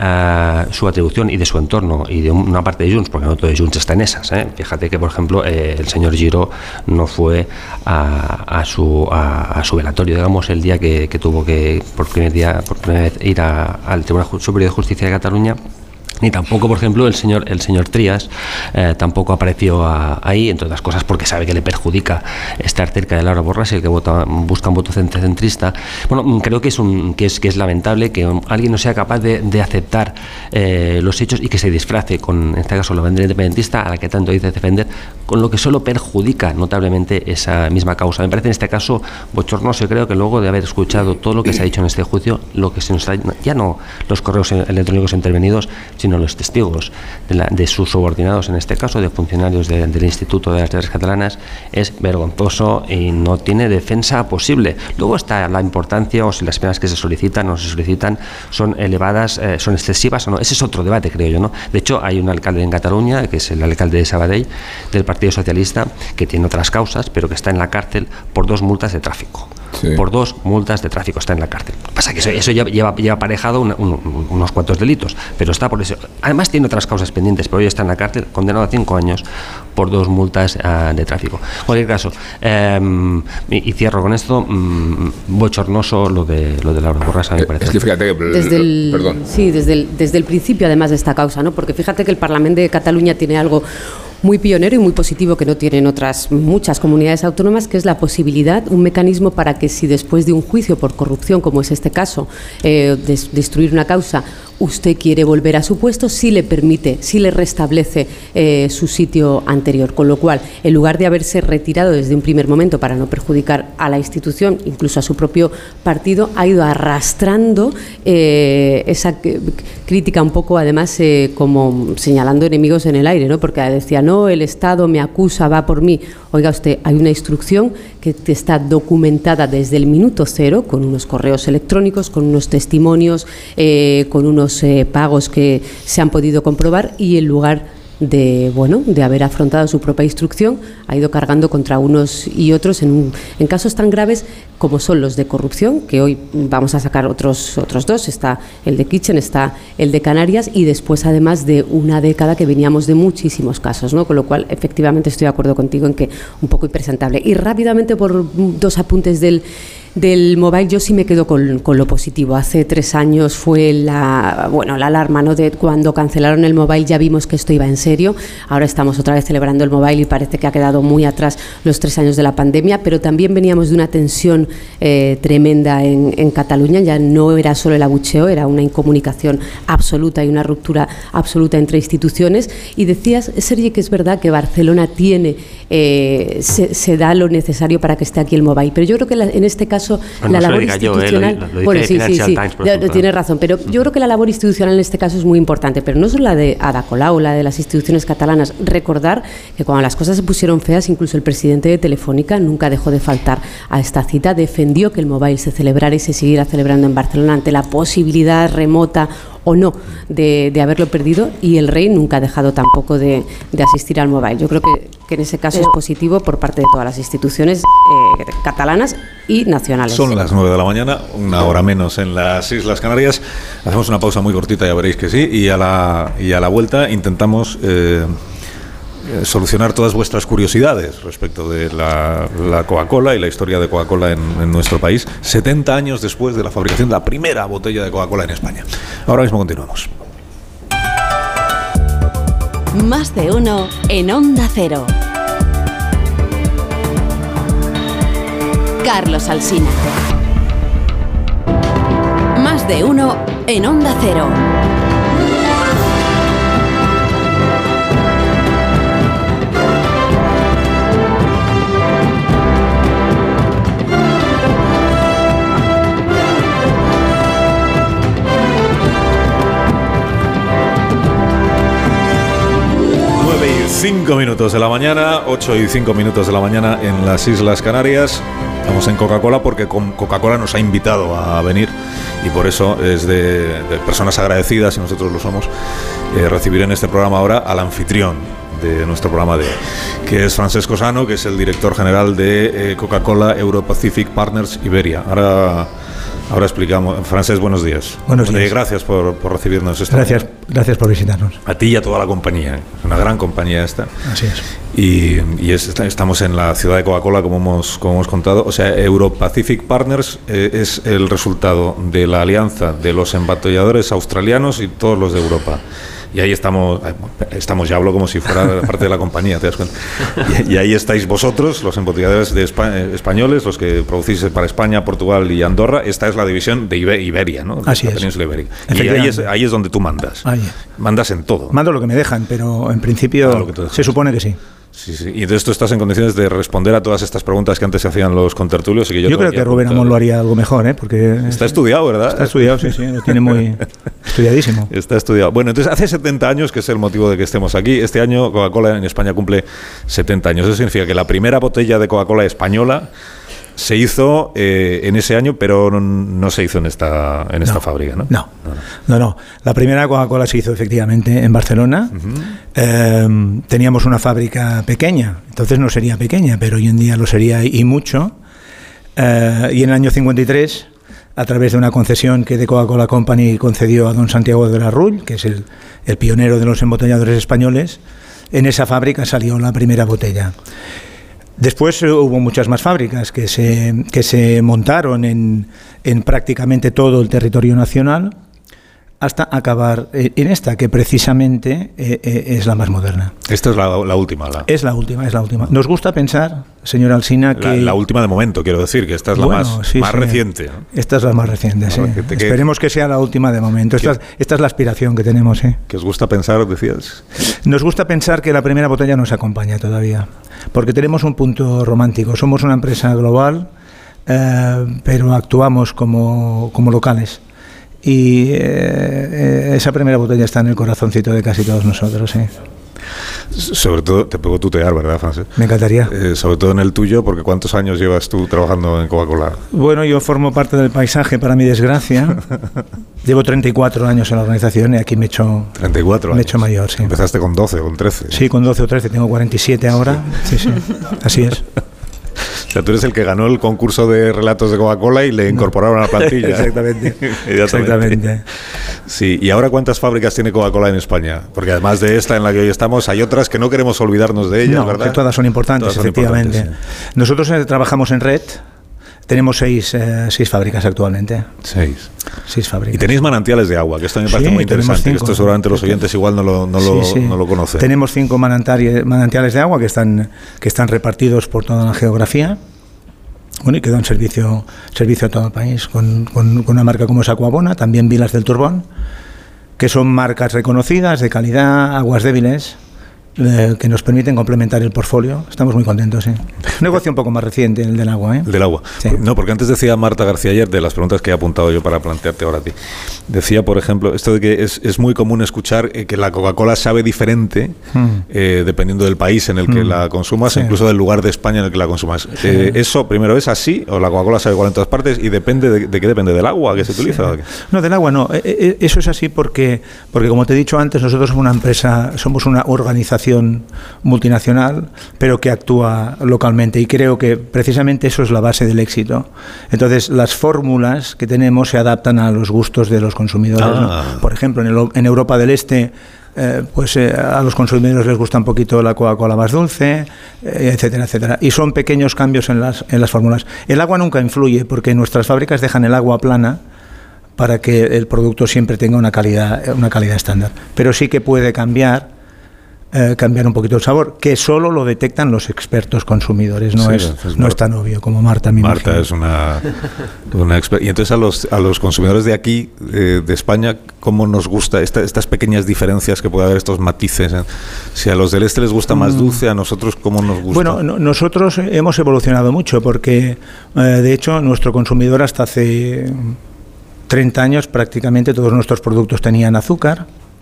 Speaker 8: eh, su atribución y de su entorno y de una parte de Junts, porque no todo de Junts está en esas. ¿eh? Fíjate que, por ejemplo, eh, el señor Giró no fue a, a, su, a, a su velatorio, digamos, el día que, que tuvo que por primer día, por primera vez ir a, al Tribunal Superior de Justicia de Cataluña. Ni tampoco, por ejemplo, el señor el señor Trías eh, tampoco apareció a, ahí, entre otras cosas porque sabe que le perjudica estar cerca de Laura Borràs, el que vota, busca un voto centrista. Bueno, creo que es un que es que es lamentable que alguien no sea capaz de, de aceptar eh, los hechos y que se disfrace con, en este caso, la bandera independentista a la que tanto dice defender, con lo que solo perjudica notablemente esa misma causa. Me parece en este caso bochornoso, y creo que luego de haber escuchado todo lo que se ha dicho en este juicio, lo que se nos está, ya no los correos electrónicos intervenidos, sino los testigos de, la, de sus subordinados, en este caso de funcionarios de, del Instituto de las Letras Catalanas, es vergonzoso y no tiene defensa posible. Luego está la importancia, o si las penas que se solicitan o se solicitan son elevadas, eh, son excesivas o no. Ese es otro debate, creo yo, ¿no? De hecho, hay un alcalde en Cataluña, que es el alcalde de Sabadell, del Partido Socialista, que tiene otras causas, pero que está en la cárcel por dos multas de tráfico. Sí. Por dos multas de tráfico está en la cárcel. Pasa que eso, eso lleva, lleva aparejado una, un, unos cuantos delitos, pero está por eso. Además tiene otras causas pendientes, pero hoy está en la cárcel, condenado a cinco años por dos multas uh, de tráfico. En cualquier caso, eh, y, y cierro con esto, mmm, bochornoso lo de lo de Laura Borràs, me parece.
Speaker 10: Es que fíjate que,
Speaker 7: desde el,
Speaker 10: perdón.
Speaker 7: Sí, desde el, desde el principio, además de esta causa, ¿no? Porque fíjate que el Parlamento de Cataluña tiene algo muy pionero y muy positivo que no tienen otras muchas comunidades autónomas, que es la posibilidad, un mecanismo para que si después de un juicio por corrupción, como es este caso, eh, des, destruir una causa, usted quiere volver a su puesto, sí le permite, sí le restablece eh, su sitio anterior, con lo cual, en lugar de haberse retirado desde un primer momento para no perjudicar a la institución, incluso a su propio partido, ha ido arrastrando eh, esa crítica un poco, además, eh, como señalando enemigos en el aire, ¿no? Porque decía, no, el Estado me acusa, va por mí. Oiga usted, hay una instrucción que está documentada desde el minuto cero, con unos correos electrónicos, con unos testimonios, eh, con unos eh, pagos que se han podido comprobar, y en lugar de bueno de haber afrontado su propia instrucción, ha ido cargando contra unos y otros en, un, en casos tan graves como son los de corrupción, que hoy vamos a sacar otros otros dos, está el de Kitchen, está el de Canarias, y después además de una década que veníamos de muchísimos casos, ¿no? Con lo cual efectivamente estoy de acuerdo contigo en que un poco impresentable. Y rápidamente, por dos apuntes del Del mobile yo sí me quedo con, con lo positivo. Hace tres años fue la, bueno, la alarma, ¿no? De cuando cancelaron el mobile ya vimos que esto iba en serio. Ahora estamos otra vez celebrando el mobile y parece que ha quedado muy atrás los tres años de la pandemia, pero también veníamos de una tensión eh, tremenda en, en Cataluña. Ya no era solo el abucheo, era una incomunicación absoluta y una ruptura absoluta entre instituciones. Y decías, Sergi, que es verdad que Barcelona tiene, eh, se, se da lo necesario para que esté aquí el mobile, pero yo creo que la, en este caso
Speaker 8: bueno,
Speaker 7: la
Speaker 8: no
Speaker 7: labor institucional,
Speaker 8: yo, eh, lo, lo
Speaker 7: bueno, sí, sí, sí,
Speaker 8: Times,
Speaker 7: tiene razón, pero yo creo que la labor institucional en este caso es muy importante, pero no solo la de Ada Colau, la de las instituciones catalanas. Recordar que cuando las cosas se pusieron feas, incluso el presidente de Telefónica nunca dejó de faltar a esta cita, defendió que el mobile se celebrara y se siguiera celebrando en Barcelona ante la posibilidad remota o no de, de haberlo perdido, y el rey nunca ha dejado tampoco de, de asistir al mobile. Yo creo que, que en ese caso es positivo por parte de todas las instituciones eh, catalanas y nacionales.
Speaker 1: Son las nueve de la mañana, una hora menos en las Islas Canarias. Hacemos una pausa muy cortita, ya veréis que sí, y a la, y a la vuelta intentamos eh, solucionar todas vuestras curiosidades respecto de la, la Coca-Cola y la historia de Coca-Cola en, en nuestro país, setenta años después de la fabricación de la primera botella de Coca-Cola en España. Ahora mismo continuamos.
Speaker 3: Más de uno en Onda Cero. Carlos Alsina. Más de uno en Onda Cero.
Speaker 1: cinco minutos de la mañana, ocho y cinco minutos de la mañana en las Islas Canarias. Estamos en Coca-Cola porque Coca-Cola nos ha invitado a venir y por eso es de, de personas agradecidas, y nosotros lo somos, eh, recibir en este programa ahora al anfitrión de nuestro programa de hoy, que es Francesco Sano, que es el director general de eh, Coca-Cola Euro-Pacific Partners Iberia. Ahora... Ahora explicamos. Francés, buenos días.
Speaker 11: Buenos días.
Speaker 1: Eh, gracias por, por recibirnos. Esta
Speaker 11: gracias,
Speaker 1: mañana.
Speaker 11: gracias por visitarnos.
Speaker 1: A ti y a toda la compañía. Es una gran compañía esta.
Speaker 11: Así es.
Speaker 1: Y, y es, estamos en la ciudad de Coca-Cola, como hemos, como hemos contado. O sea, Euro-Pacific Partners eh, es el resultado de la alianza de los embotelladores australianos y todos los de Europa. Y ahí estamos, estamos ya hablo como si fuera parte de la compañía, ¿te das cuenta? Y, y ahí estáis vosotros, los embotelladores de España, españoles, los que producís para España, Portugal y Andorra. Esta es la división de Ibe, Iberia, ¿no?
Speaker 11: Así
Speaker 1: la
Speaker 11: es.
Speaker 1: península ibérica. Y ahí es, ahí es donde tú mandas.
Speaker 11: Ahí.
Speaker 1: Mandas en todo.
Speaker 11: Mando lo que me dejan, pero en principio se supone que sí.
Speaker 1: Sí, sí. Y entonces tú estás en condiciones de responder a todas estas preguntas que antes se hacían los contertulios. Y que yo
Speaker 11: yo creo que Rubén Amón lo haría algo mejor, ¿eh? Porque
Speaker 1: está estudiado, ¿verdad?
Speaker 11: Está estudiado, sí, sí, lo tiene muy estudiadísimo.
Speaker 1: Está estudiado. Bueno, entonces hace setenta años, que es el motivo de que estemos aquí. Este año Coca-Cola en España cumple setenta años. Eso significa que la primera botella de Coca-Cola española se hizo eh, en ese año, pero no, no se hizo en esta en esta
Speaker 11: no,
Speaker 1: fábrica, ¿no?
Speaker 11: No, no, no, no. La primera Coca-Cola se hizo efectivamente en Barcelona. Uh-huh. Eh, teníamos una fábrica pequeña, entonces no sería pequeña, pero hoy en día lo sería y mucho. Eh, y en el año cincuenta y tres, a través de una concesión que The Coca-Cola Company concedió a don Santiago de la Rull, que es el, el pionero de los embotelladores españoles, en esa fábrica salió la primera botella. Después eh, hubo muchas más fábricas que se, que se montaron en, en prácticamente todo el territorio nacional, hasta acabar en esta, que precisamente eh, eh, es la más moderna.
Speaker 1: Esta es la, la última. La...
Speaker 11: Es la última, es la última. Nos gusta pensar, señor Alsina, que...
Speaker 1: La, la última de momento, quiero decir, que esta es la bueno, más, sí, más sí. reciente. ¿No?
Speaker 11: Esta es la más reciente, sí. Que te, Esperemos que sea la última de momento. Esta, esta es la aspiración que tenemos, ¿eh?
Speaker 1: ¿Que os gusta pensar, decías?
Speaker 11: Nos gusta pensar que la primera botella nos acompaña todavía, porque tenemos un punto romántico. Somos una empresa global, eh, pero actuamos como, como locales. Y eh, esa primera botella está en el corazoncito de casi todos nosotros, ¿sí?
Speaker 1: Sobre todo, te puedo tutear, ¿verdad, Francés?
Speaker 11: Me encantaría.
Speaker 1: Eh, sobre todo en el tuyo, porque ¿cuántos años llevas tú trabajando en Coca-Cola?
Speaker 11: Bueno, yo formo parte del paisaje, para mi desgracia. Llevo treinta y cuatro años en la organización y aquí me he hecho...
Speaker 1: treinta y cuatro
Speaker 11: me he hecho mayor, sí.
Speaker 1: Empezaste con doce, con trece.
Speaker 11: Sí, con doce o trece, tengo cuarenta y siete ahora. Sí, sí, así es.
Speaker 1: O sea, tú eres el que ganó el concurso de relatos de Coca-Cola y le incorporaron a la plantilla.
Speaker 11: Exactamente. Exactamente.
Speaker 1: Sí, ¿y ahora cuántas fábricas tiene Coca-Cola en España? Porque además de esta en la que hoy estamos, hay otras que no queremos olvidarnos de ellas,
Speaker 11: no,
Speaker 1: ¿verdad?
Speaker 11: Que todas son importantes, todas son efectivamente.
Speaker 1: importantes, sí.
Speaker 11: Nosotros eh, trabajamos en red. Tenemos seis, eh, seis fábricas actualmente.
Speaker 1: Seis.
Speaker 11: Seis fábricas.
Speaker 1: Y tenéis manantiales de agua, que esto me parece
Speaker 11: Sí,
Speaker 1: muy interesante, que
Speaker 11: cinco.
Speaker 1: esto seguramente los oyentes igual no lo, no lo,
Speaker 11: Sí, sí.
Speaker 1: no lo conocen.
Speaker 11: Tenemos cinco manantiales, manantiales de agua que están, que están repartidos por toda la geografía. Bueno, y que dan servicio, servicio a todo el país, con, con, con una marca como es Aquabona, también Vilas del Turbón, que son marcas reconocidas, de calidad, aguas débiles, eh, que nos permiten complementar el portfolio. Estamos muy contentos, sí. Un negocio un poco más reciente, el del agua, ¿eh?
Speaker 1: El del agua.
Speaker 11: Sí.
Speaker 1: No, porque antes decía Marta García ayer, de las preguntas que he apuntado yo para plantearte ahora a ti, decía, por ejemplo, esto de que es, es muy común escuchar eh, que la Coca-Cola sabe diferente
Speaker 11: Mm.
Speaker 1: eh, dependiendo del país en el que
Speaker 11: Mm.
Speaker 1: la consumas,
Speaker 11: Sí.
Speaker 1: incluso del lugar de España en el que la consumas.
Speaker 11: Sí.
Speaker 1: Eh, ¿Eso primero es así o la Coca-Cola sabe igual en todas partes y depende de, de qué depende? ¿Del agua que se utiliza?
Speaker 11: Sí. No, del agua no. Eh, eh, Eso es así porque, porque, como te he dicho antes, nosotros somos una empresa, somos una organización multinacional, pero que actúa localmente, y creo que precisamente eso es la base del éxito. Entonces, las fórmulas que tenemos se adaptan a los gustos de los consumidores,
Speaker 1: Ah.
Speaker 11: ¿no? Por ejemplo, en, el, en Europa del Este, eh, pues eh, a los consumidores les gusta un poquito la Coca-Cola más dulce, eh, etcétera, etcétera. Y son pequeños cambios en las, en las fórmulas. El agua nunca influye, porque nuestras fábricas dejan el agua plana para que el producto siempre tenga una calidad, una calidad estándar. Pero sí que puede cambiar, eh, cambiar un poquito el sabor, que solo lo detectan los expertos consumidores. No,
Speaker 1: Sí,
Speaker 11: es,
Speaker 1: es
Speaker 11: no
Speaker 1: Mar-
Speaker 11: es tan obvio como Marta, me
Speaker 1: Marta
Speaker 11: imagino.
Speaker 1: es una, una exper- Y entonces a los, a los consumidores de aquí, eh, de España, ¿cómo nos gusta esta- estas pequeñas diferencias que puede haber, estos matices? eh? Si a los del este les gusta más
Speaker 11: Mm.
Speaker 1: dulce, a nosotros, ¿cómo nos gusta?
Speaker 11: Bueno, no- nosotros hemos evolucionado mucho porque, eh, de hecho, nuestro consumidor hasta hace treinta años prácticamente todos nuestros productos tenían azúcar.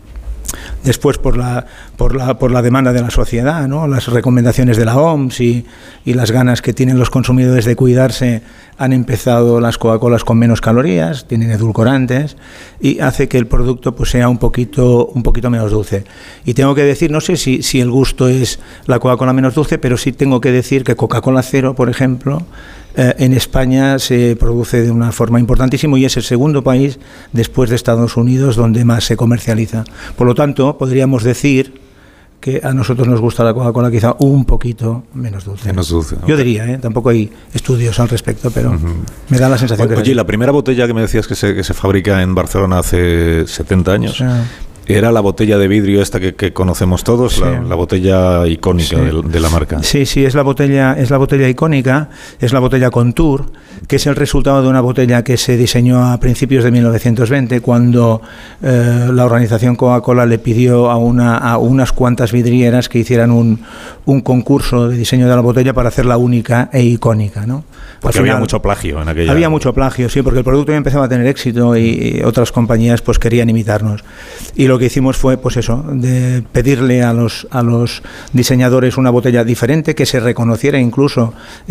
Speaker 11: Después, por la, por la, por la demanda de la sociedad, ¿no? Las recomendaciones de la O M S y, y las ganas que tienen los consumidores de cuidarse, han empezado las Coca-Colas con menos calorías, tienen edulcorantes, y hace que el producto pues sea un poquito, un poquito menos dulce. Y tengo que decir, no sé si, si el gusto es la Coca-Cola menos dulce, pero sí tengo que decir que Coca-Cola Cero, por ejemplo, eh, en España se produce de una forma importantísima y es el segundo país después de Estados Unidos donde más se comercializa. Por lo tanto, podríamos decir que a nosotros nos gusta la Coca-Cola quizá un poquito menos dulce.
Speaker 1: Menos dulce.
Speaker 11: Yo
Speaker 1: ok.
Speaker 11: diría, ¿eh? Tampoco hay estudios al respecto, pero me da la sensación que es
Speaker 1: Oye,
Speaker 11: así.
Speaker 1: la primera botella que me decías que se, que se fabrica en Barcelona hace setenta años,
Speaker 11: O sea,
Speaker 1: era la botella de vidrio esta que, que conocemos todos,
Speaker 11: Sí.
Speaker 1: la, la botella icónica
Speaker 11: Sí.
Speaker 1: de, de la marca.
Speaker 11: Sí, sí, es la botella, es la botella icónica, es la botella Contour, que es el resultado de una botella que se diseñó a principios de mil novecientos veinte, cuando eh, la organización Coca-Cola le pidió a, una, a unas cuantas vidrieras que hicieran un, un concurso de diseño de la botella para hacerla única e icónica, ¿no?
Speaker 1: Porque
Speaker 11: Al
Speaker 1: había
Speaker 11: final,
Speaker 1: mucho plagio en aquella.
Speaker 11: Había mucho plagio, sí, porque el producto ya empezaba a tener éxito y, y otras compañías pues querían imitarnos. Y lo que hicimos fue, pues eso, de pedirle a los, a los diseñadores una botella diferente, que se reconociera incluso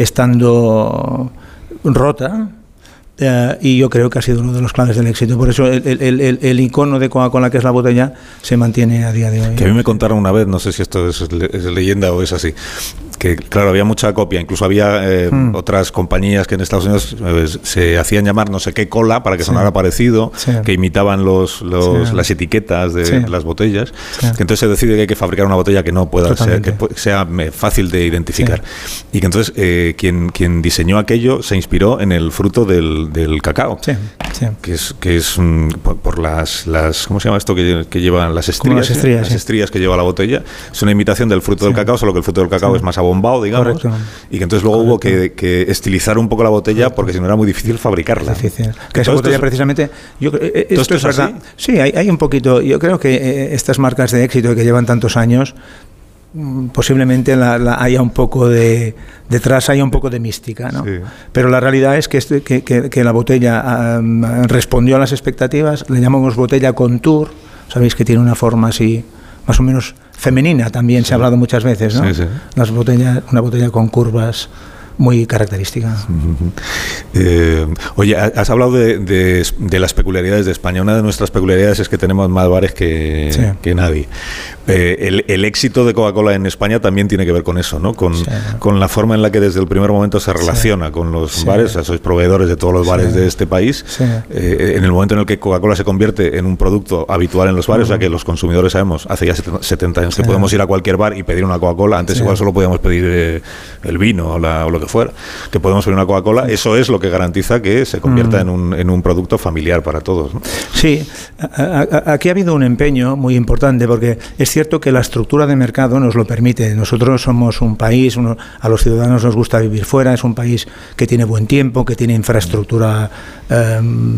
Speaker 11: estando rota. Eh, y yo creo que ha sido uno de los claves del éxito. Por eso el, el, el, el icono de Coca-Cola, que es la botella, se mantiene a día de hoy.
Speaker 1: Que a mí me contaron una vez, no sé si esto es, le- es leyenda o es así, que claro, había mucha copia, incluso había eh,
Speaker 11: Mm.
Speaker 1: otras compañías que en Estados Unidos eh, se hacían llamar no sé qué cola para que
Speaker 11: Sí.
Speaker 1: sonara parecido,
Speaker 11: Sí.
Speaker 1: que imitaban los, los
Speaker 11: Sí.
Speaker 1: las etiquetas de
Speaker 11: Sí.
Speaker 1: las botellas,
Speaker 11: Sí.
Speaker 1: que entonces se decide que hay que fabricar una botella que no pueda ser,
Speaker 11: Totalmente.
Speaker 1: que pu- sea me- fácil de identificar. Y que entonces eh, quien, quien diseñó aquello se inspiró en el fruto del, del cacao.
Speaker 11: Sí, sí.
Speaker 1: Que es, que es mm, por, por las, las, ¿cómo se llama esto que, que llevan las
Speaker 11: Como
Speaker 1: estrías?
Speaker 11: las estrías,
Speaker 1: las
Speaker 11: sí.
Speaker 1: estrías que lleva la botella. Es una imitación del fruto del cacao, solo que el fruto del cacao
Speaker 11: Sí.
Speaker 1: es más abombado, digamos.
Speaker 11: Correcto.
Speaker 1: Y que entonces luego hubo que, que estilizar un poco la botella porque si no era muy difícil fabricarla.
Speaker 11: Difícil.
Speaker 1: Que
Speaker 11: Que esa
Speaker 1: todo
Speaker 11: botella
Speaker 1: esto es-
Speaker 11: precisamente, yo, cre- eh,
Speaker 1: ¿todo
Speaker 11: esto
Speaker 1: esto
Speaker 11: es
Speaker 1: es
Speaker 11: verdad.
Speaker 1: así?
Speaker 11: Sí, hay, hay un poquito. Yo creo que eh, estas marcas de éxito que llevan tantos años, mm, posiblemente la, la haya un poco de detrás haya un poco de mística, ¿no?
Speaker 1: Sí.
Speaker 11: Pero la realidad es que, este, que, que, que la botella um, respondió a las expectativas. Le llamamos botella Contour. Sabéis que tiene una forma así más o menos femenina, también se ha hablado muchas veces, ¿no?
Speaker 1: Sí, sí.
Speaker 11: Las botellas, una botella con curvas muy característica.
Speaker 1: Ujú. Eh, oye, ha- has hablado de, de- de las peculiaridades de España. Una de nuestras peculiaridades es que tenemos más bares que,
Speaker 11: Sí.
Speaker 1: que nadie. Eh, el, el éxito de Coca-Cola en España también tiene que ver con eso, ¿no? Con, sí. con la forma en la que desde el primer momento se relaciona sí. con los sí. bares, o sea, sois proveedores de todos los bares sí. de este país. Sí. Eh, en el momento en el que Coca-Cola se convierte en un producto habitual en los bares, uh-huh. o sea que los consumidores sabemos, hace ya setenta años sí. que podemos ir a cualquier bar y pedir una Coca-Cola, antes sí. igual solo podíamos pedir eh, el vino o, la, o lo que fuera, que podemos pedir una Coca-Cola, sí. eso es lo que garantiza que se convierta uh-huh. en, un, en un producto familiar para todos, ¿no?
Speaker 11: Sí, a, a, aquí ha habido un empeño muy importante, porque es cierto que la estructura de mercado nos lo permite. Nosotros somos un país, uno, a los ciudadanos nos gusta vivir fuera, es un país que tiene buen tiempo, que tiene infraestructura eh,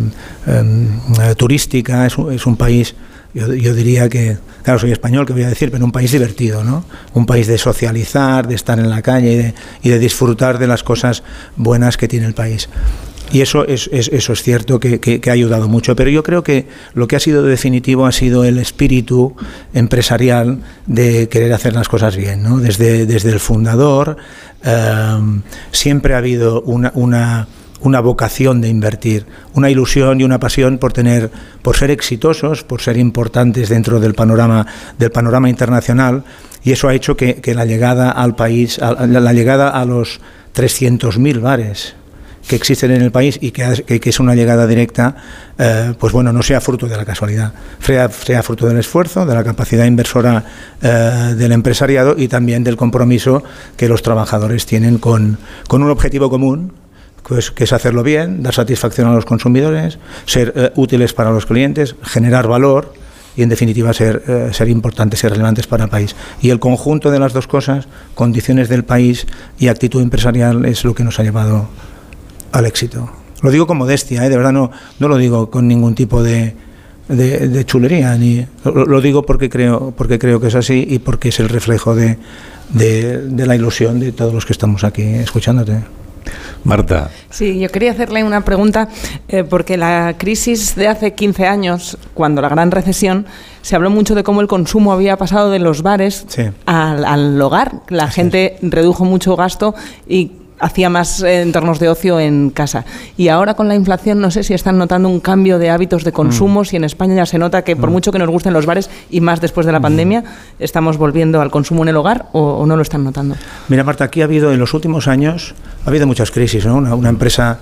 Speaker 11: eh, turística, es un, es un país, yo, yo diría que, claro, soy español, que voy a decir, pero un país divertido, ¿no? Un país de socializar, de estar en la calle y de, y de disfrutar de las cosas buenas que tiene el país. Y eso es, es, eso es cierto que, que, que ha ayudado mucho, pero yo creo que lo que ha sido definitivo ha sido el espíritu empresarial de querer hacer las cosas bien, ¿no? Desde, desde el fundador eh, siempre ha habido una, una, una vocación de invertir, una ilusión y una pasión por tener, por ser exitosos, por ser importantes dentro del panorama, del panorama internacional, y eso ha hecho que, que la llegada al país, a, la llegada a los trescientos mil bares que existen en el país y que, que, que es una llegada directa, eh, pues bueno, no sea fruto de la casualidad, sea, sea fruto del esfuerzo, de la capacidad inversora eh, del empresariado y también del compromiso que los trabajadores tienen con, con un objetivo común, pues, que es hacerlo bien, dar satisfacción a los consumidores, ser eh, útiles para los clientes, generar valor y en definitiva ser, eh, ser importantes y relevantes para el país. Y el conjunto de las dos cosas, condiciones del país y actitud empresarial, es lo que nos ha llevado al éxito. Lo digo con modestia, ¿eh? De verdad no, no lo digo con ningún tipo de, de, de chulería, ni lo, lo digo porque creo, porque creo que es así y porque es el reflejo de, de, de la ilusión de todos los que estamos aquí escuchándote.
Speaker 1: Marta.
Speaker 9: Sí, yo quería hacerle una pregunta, eh, porque la crisis de hace quince años, cuando la gran recesión, se habló mucho de cómo el consumo había pasado de los bares sí. al, al hogar. La Así gente es. redujo mucho gasto y hacía más entornos de ocio en casa. Y ahora con la inflación no sé si están notando un cambio de hábitos de consumo, mm. si en España ya se nota que por mm. mucho que nos gusten los bares y más después de la mm. pandemia, estamos volviendo al consumo en el hogar o, o no lo están notando.
Speaker 11: Mira, Marta, aquí ha habido en los últimos años, ha habido muchas crisis, ¿no? Una, una empresa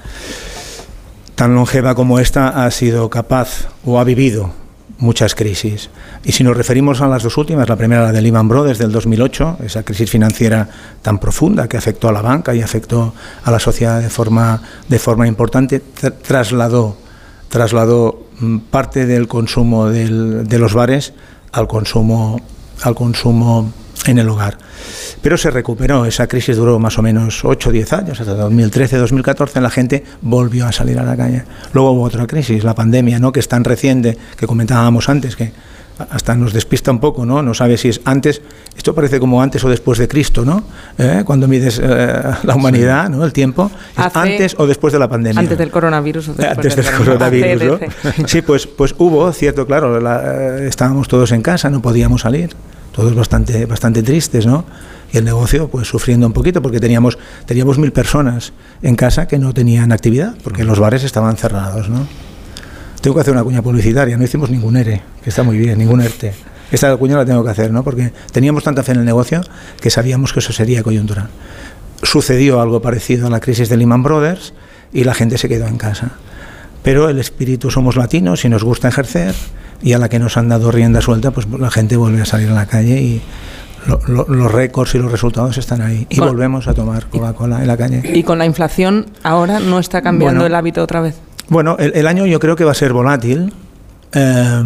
Speaker 11: tan longeva como esta ha sido capaz o ha vivido muchas crisis. Y si nos referimos a las dos últimas, la primera, la de Lehman Brothers del dos mil ocho, esa crisis financiera tan profunda que afectó a la banca y afectó a la sociedad de forma, de forma importante, tr- trasladó, trasladó parte del consumo del, de los bares al consumo, al consumo en el hogar. Pero se recuperó, esa crisis duró más o menos ocho o diez años, hasta dos mil trece, dos mil catorce, la gente volvió a salir a la calle. Luego hubo otra crisis, la pandemia, ¿no?, que es tan reciente, que comentábamos antes, que hasta nos despista un poco, ¿no? No sabe si es antes, esto parece como antes o después de Cristo, ¿no? ¿Eh? Cuando mides eh, la humanidad, ¿no?, el tiempo, es antes o después de la pandemia.
Speaker 9: Antes del coronavirus o después
Speaker 11: antes
Speaker 9: del,
Speaker 11: del coronavirus, ¿no? Sí, pues, pues hubo, cierto, claro, la, estábamos todos en casa, no podíamos salir, todos bastante, bastante tristes, ¿no? Y el negocio, pues sufriendo un poquito, porque teníamos, teníamos mil personas en casa que no tenían actividad, porque los bares estaban cerrados, ¿no? Tengo que hacer una cuña publicitaria, no hicimos ningún E R E, que está muy bien, ningún E R T E. Esta cuña la tengo que hacer, ¿no? Porque teníamos tanta fe en el negocio que sabíamos que eso sería coyuntural. Sucedió algo parecido a la crisis de Lehman Brothers y la gente se quedó en casa. Pero el espíritu, somos latinos y nos gusta ejercer, y a la que nos han dado rienda suelta, pues la gente vuelve a salir a la calle y Lo, lo, los récords y los resultados están ahí y con, volvemos a tomar Coca-Cola en la calle.
Speaker 9: ¿Y con la inflación ahora no está cambiando bueno, el hábito otra vez?
Speaker 11: Bueno, el, el año yo creo que va a ser volátil. Eh,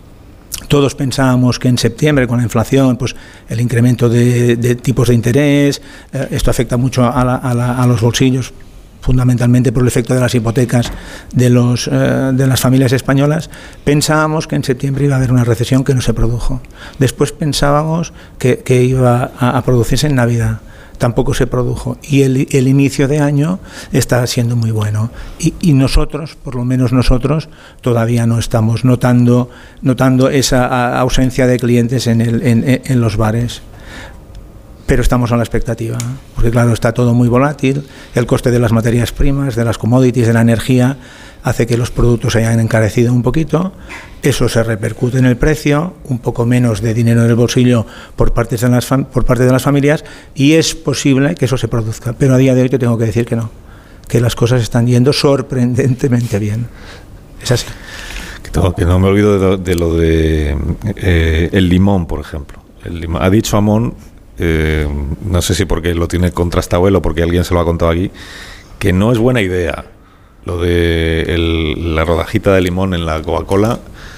Speaker 11: todos pensábamos que en septiembre, con la inflación, pues el incremento de, de tipos de interés, eh, esto afecta mucho a, la, a, la, a los bolsillos, fundamentalmente por el efecto de las hipotecas de, los, eh, de las familias españolas. Pensábamos que en septiembre iba a haber una recesión, que no se produjo. Después pensábamos que, que iba a, a producirse en Navidad, tampoco se produjo. Y el, el inicio de año está siendo muy bueno. Y, y nosotros, por lo menos nosotros, todavía no estamos notando, notando esa ausencia de clientes en, el, en, en los bares. pero estamos a la expectativa, porque claro, está todo muy volátil, el coste de las materias primas, de las commodities, de la energía, hace que los productos se hayan encarecido un poquito, eso se repercute en el precio, un poco menos de dinero en el bolsillo por, partes de las fam- por parte de las familias, y es posible que eso se produzca, pero a día de hoy te tengo que decir que no, que las cosas están yendo sorprendentemente bien. Es así.
Speaker 1: Que, tengo, que no me olvido de lo de, lo de eh, el limón, por ejemplo. El limón, ha dicho Amón, eh, no sé si porque lo tiene contrastado él o porque alguien se lo ha contado aquí, que no es buena idea lo de el, la rodajita de limón en la Coca-Cola,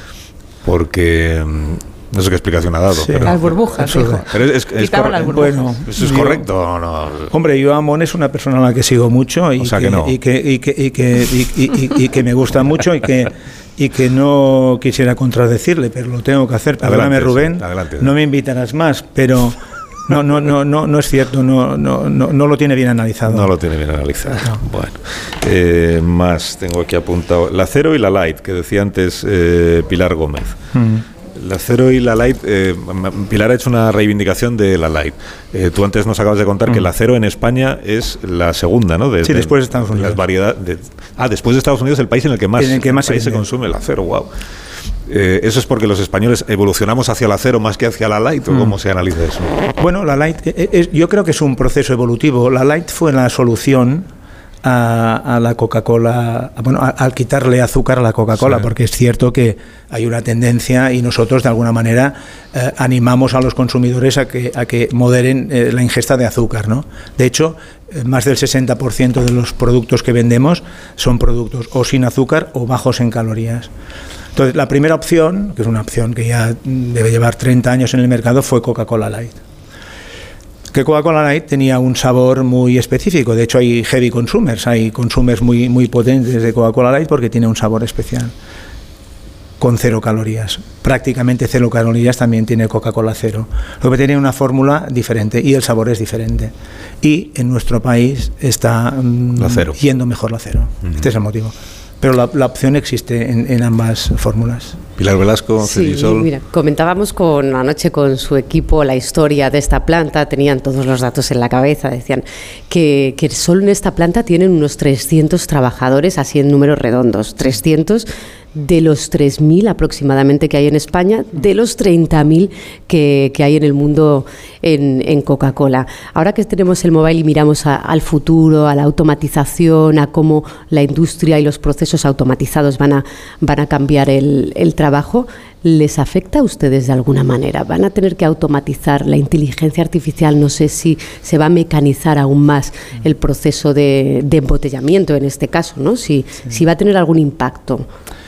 Speaker 1: porque no sé qué explicación ha dado.
Speaker 11: Sí.
Speaker 1: Pero,
Speaker 9: Las burbujas,
Speaker 1: pero,
Speaker 9: hijo.
Speaker 1: pero es, es, es
Speaker 9: Quitaban las burbujas.
Speaker 11: Bueno,
Speaker 1: ¿eso es
Speaker 11: yo,
Speaker 1: correcto o no?
Speaker 11: Hombre, yo a Amón es una persona a la que sigo mucho y,
Speaker 1: O sea
Speaker 11: que,
Speaker 1: que no.
Speaker 11: y, que, y, que, y, que, y, y, y, y que me gusta mucho y que y que no quisiera contradecirle, pero lo tengo que hacer. Perdóname,
Speaker 1: Adelante,
Speaker 11: Rubén,
Speaker 1: sí, adelante.
Speaker 11: no me invitarás más, pero no, no, no, no, no es cierto, no, no, no, no lo tiene bien analizado.
Speaker 1: No lo tiene bien analizado.
Speaker 11: No.
Speaker 1: Bueno, eh, más tengo aquí apuntado. La Cero y la Light, que decía antes eh, Pilar Gómez.
Speaker 11: Mm.
Speaker 1: La Cero y la Light, eh, Pilar ha hecho una reivindicación de la Light. Eh, tú antes nos acabas de contar mm. que la Cero en España es la segunda, ¿no? De,
Speaker 11: sí,
Speaker 1: de,
Speaker 11: después de Estados Unidos.
Speaker 1: Las variedad de, ah, después de Estados Unidos el país en el que más,
Speaker 11: en el que más
Speaker 1: el país se, se consume la Cero, wow. Eh, ¿Eso es porque los españoles evolucionamos hacia la Cero más que hacia la Light o mm. cómo se analiza eso?
Speaker 11: Bueno, la Light, eh, eh, yo creo que es un proceso evolutivo. La Light fue la solución A, a la Coca-Cola, bueno, a, al quitarle azúcar a la Coca-Cola, sí. Porque es cierto que hay una tendencia y nosotros de alguna manera eh, animamos a los consumidores a que, a que moderen eh, la ingesta de azúcar, ¿no? De hecho, eh, más del sesenta por ciento de los productos que vendemos son productos o sin azúcar o bajos en calorías. Entonces, la primera opción, que es una opción que ya debe llevar treinta años en el mercado, fue Coca-Cola Light. Que Coca-Cola Light tenía un sabor muy específico. De hecho, hay heavy consumers, hay consumers muy, muy potentes de Coca-Cola Light porque tiene un sabor especial, con cero calorías. Prácticamente cero calorías también tiene Coca-Cola Cero. Lo que tiene una fórmula diferente y el sabor es diferente. Y en nuestro país está mm,
Speaker 1: la cero.
Speaker 11: yendo mejor la Cero. Uh-huh. Este es el motivo. Pero la, la opción existe en, en ambas fórmulas.
Speaker 1: Pilar Velasco,
Speaker 7: sí, mira, comentábamos con anoche con su equipo la historia de esta planta, tenían todos los datos en la cabeza, decían que, que solo en esta planta tienen unos trescientos trabajadores, así en números redondos, trescientos de los tres mil aproximadamente que hay en España, de los treinta mil que, que hay en el mundo en, en Coca-Cola. Ahora que tenemos el mobile y miramos a, al futuro, a la automatización, a cómo la industria y los procesos automatizados van a, van a cambiar el, el trabajo, ¿les afecta a ustedes de alguna manera? ¿Van a tener que automatizar la inteligencia artificial? No sé si se va a mecanizar aún más el proceso de, de embotellamiento en este caso, ¿no? Si, sí. si va a tener algún impacto.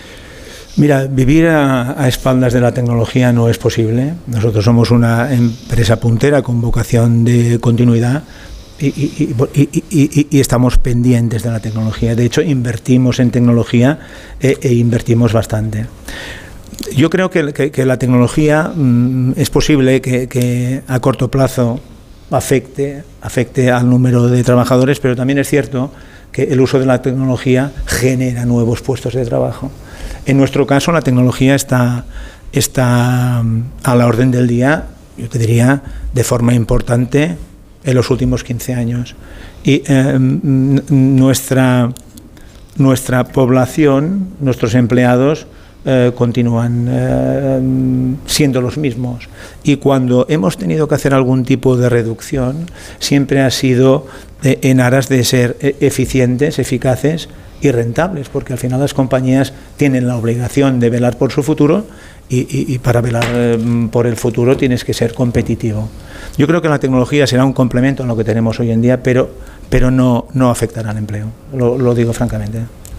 Speaker 11: Mira, vivir a, a espaldas de la tecnología no es posible. Nosotros somos una empresa puntera con vocación de continuidad y, y, y, y, y, y estamos pendientes de la tecnología. De hecho, invertimos en tecnología e, e invertimos bastante. Yo creo que, que, que la tecnología mmm, es posible que, que a corto plazo afecte, afecte al número de trabajadores, pero también es cierto que el uso de la tecnología genera nuevos puestos de trabajo. En nuestro caso, la tecnología está, está a la orden del día, yo te diría, de forma importante en los últimos quince años. Y eh, nuestra, nuestra población, nuestros empleados, eh, continúan eh, siendo los mismos. Y cuando hemos tenido que hacer algún tipo de reducción, siempre ha sido eh, en aras de ser eficientes, eficaces y rentables, porque al final las compañías tienen la obligación de velar por su futuro y, y, y para velar eh, por el futuro tienes que ser competitivo. Yo creo que la tecnología será un complemento en lo que tenemos hoy en día, pero, pero no, no afectará al empleo, lo, lo digo francamente.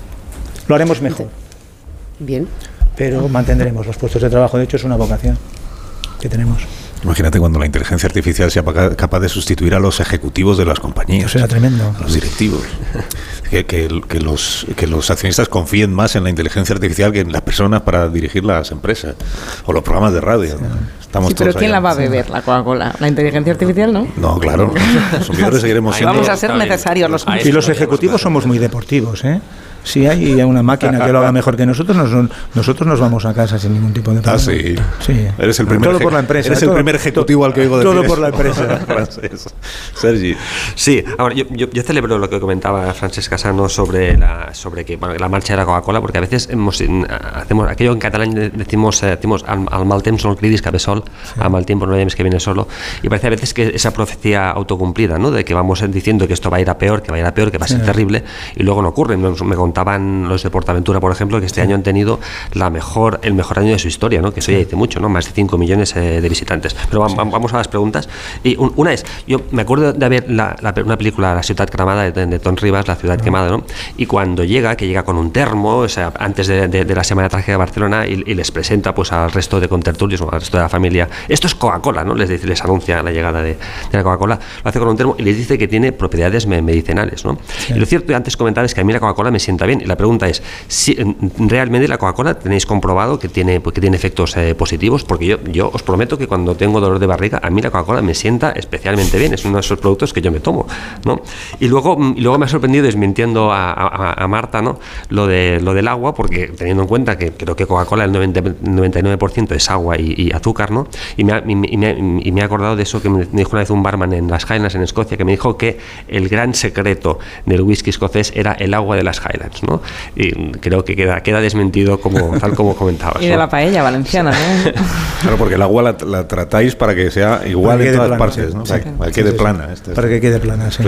Speaker 11: Lo haremos mejor.
Speaker 7: Bien.
Speaker 11: Pero mantendremos los puestos de trabajo, de hecho es una vocación que tenemos.
Speaker 1: Imagínate cuando la inteligencia artificial sea capaz de sustituir a los ejecutivos de las compañías.
Speaker 11: Eso será tremendo.
Speaker 1: A los directivos. Que, que, que, los, que los accionistas confíen más en la inteligencia artificial que en las personas para dirigir las empresas o los programas de radio. Sí. Estamos
Speaker 9: sí, pero
Speaker 1: todos
Speaker 9: ¿quién
Speaker 1: allá.
Speaker 9: la va a beber, la Coca-Cola? ¿La inteligencia artificial, no?
Speaker 1: No, claro. Los consumidores seguiremos siendo...
Speaker 9: Vamos a ser necesarios los consumidores.
Speaker 11: Y los ejecutivos somos muy deportivos, ¿eh? Si hay una máquina que lo haga mejor que nosotros, nos, nosotros nos vamos a casa sin ningún tipo de problema.
Speaker 1: Ah, sí.
Speaker 11: Sí.
Speaker 1: Eres el primer,
Speaker 11: todo por la empresa.
Speaker 1: Eres
Speaker 11: todo,
Speaker 1: el primer ejecutivo al que oigo decir
Speaker 11: todo
Speaker 1: eso.
Speaker 11: por la empresa.
Speaker 1: Sergi.
Speaker 8: Sí, ahora yo, yo, yo celebro lo que comentaba Francesc Casano sobre la sobre que bueno, la marcha de la Coca-Cola, porque a veces hemos, hacemos aquello en catalán decimos, decimos al, al mal temps no el cridis que ve sol, sí. Al mal tiempo no veis que viene solo, y parece a veces que esa profecía autocumplida, ¿no? De que vamos diciendo que esto va a ir a peor, que va a ir a peor, que va a ser sí. terrible, y luego no ocurre. Me contaban los de Portaventura, por ejemplo, que este sí. año han tenido la mejor el mejor año de su historia, ¿no? Que eso ya dice mucho, ¿no? Más de cinco millones eh, de visitantes. Pero vamos, sí. vamos a las preguntas. Y un, una es, yo me acuerdo de ver la, la, una película, La ciudad cremada, de, de Ton Rivas, La ciudad no. quemada, ¿no? Y cuando llega, que llega con un termo, o sea, antes de, de, de la Semana Trágica de Barcelona, y, y les presenta pues al resto de contertulios, o al resto de la familia, esto es Coca-Cola, ¿no? Les dice, les anuncia la llegada de, de la Coca-Cola, lo hace con un termo y les dice que tiene propiedades me, medicinales, ¿no? Sí. Y lo cierto, antes comentabas que a mí la Coca-Cola me sienta bien, y la pregunta es, si realmente la Coca-Cola tenéis comprobado que tiene, que tiene efectos eh, positivos, porque yo, yo os prometo que cuando tengo dolor de barriga, a mí la Coca-Cola me sienta especialmente bien, es uno de esos productos que yo me tomo, ¿no? Y luego, y luego me ha sorprendido, desmintiendo a, a, a Marta, ¿no? Lo, de, lo del agua, porque teniendo en cuenta que creo que Coca-Cola el noventa, noventa y nueve por ciento es agua y, y azúcar, ¿no? Y me, ha, y, me, y, me, y me he acordado de eso que me dijo una vez un barman en las Highlands en Escocia, que me dijo que el gran secreto del whisky escocés era el agua de las Highlands, ¿no? Y creo que queda, queda desmentido como, tal como comentabas.
Speaker 9: Y de ¿no? la paella valenciana, ¿no?
Speaker 1: Claro, porque el agua la, la tratáis para que sea igual en todas
Speaker 11: plana,
Speaker 1: partes,
Speaker 11: sí,
Speaker 1: ¿no?
Speaker 11: sí,
Speaker 1: para,
Speaker 11: sí,
Speaker 1: para que
Speaker 11: sí,
Speaker 1: quede
Speaker 11: sí,
Speaker 1: plana. Esta
Speaker 11: para que quede plana, sí.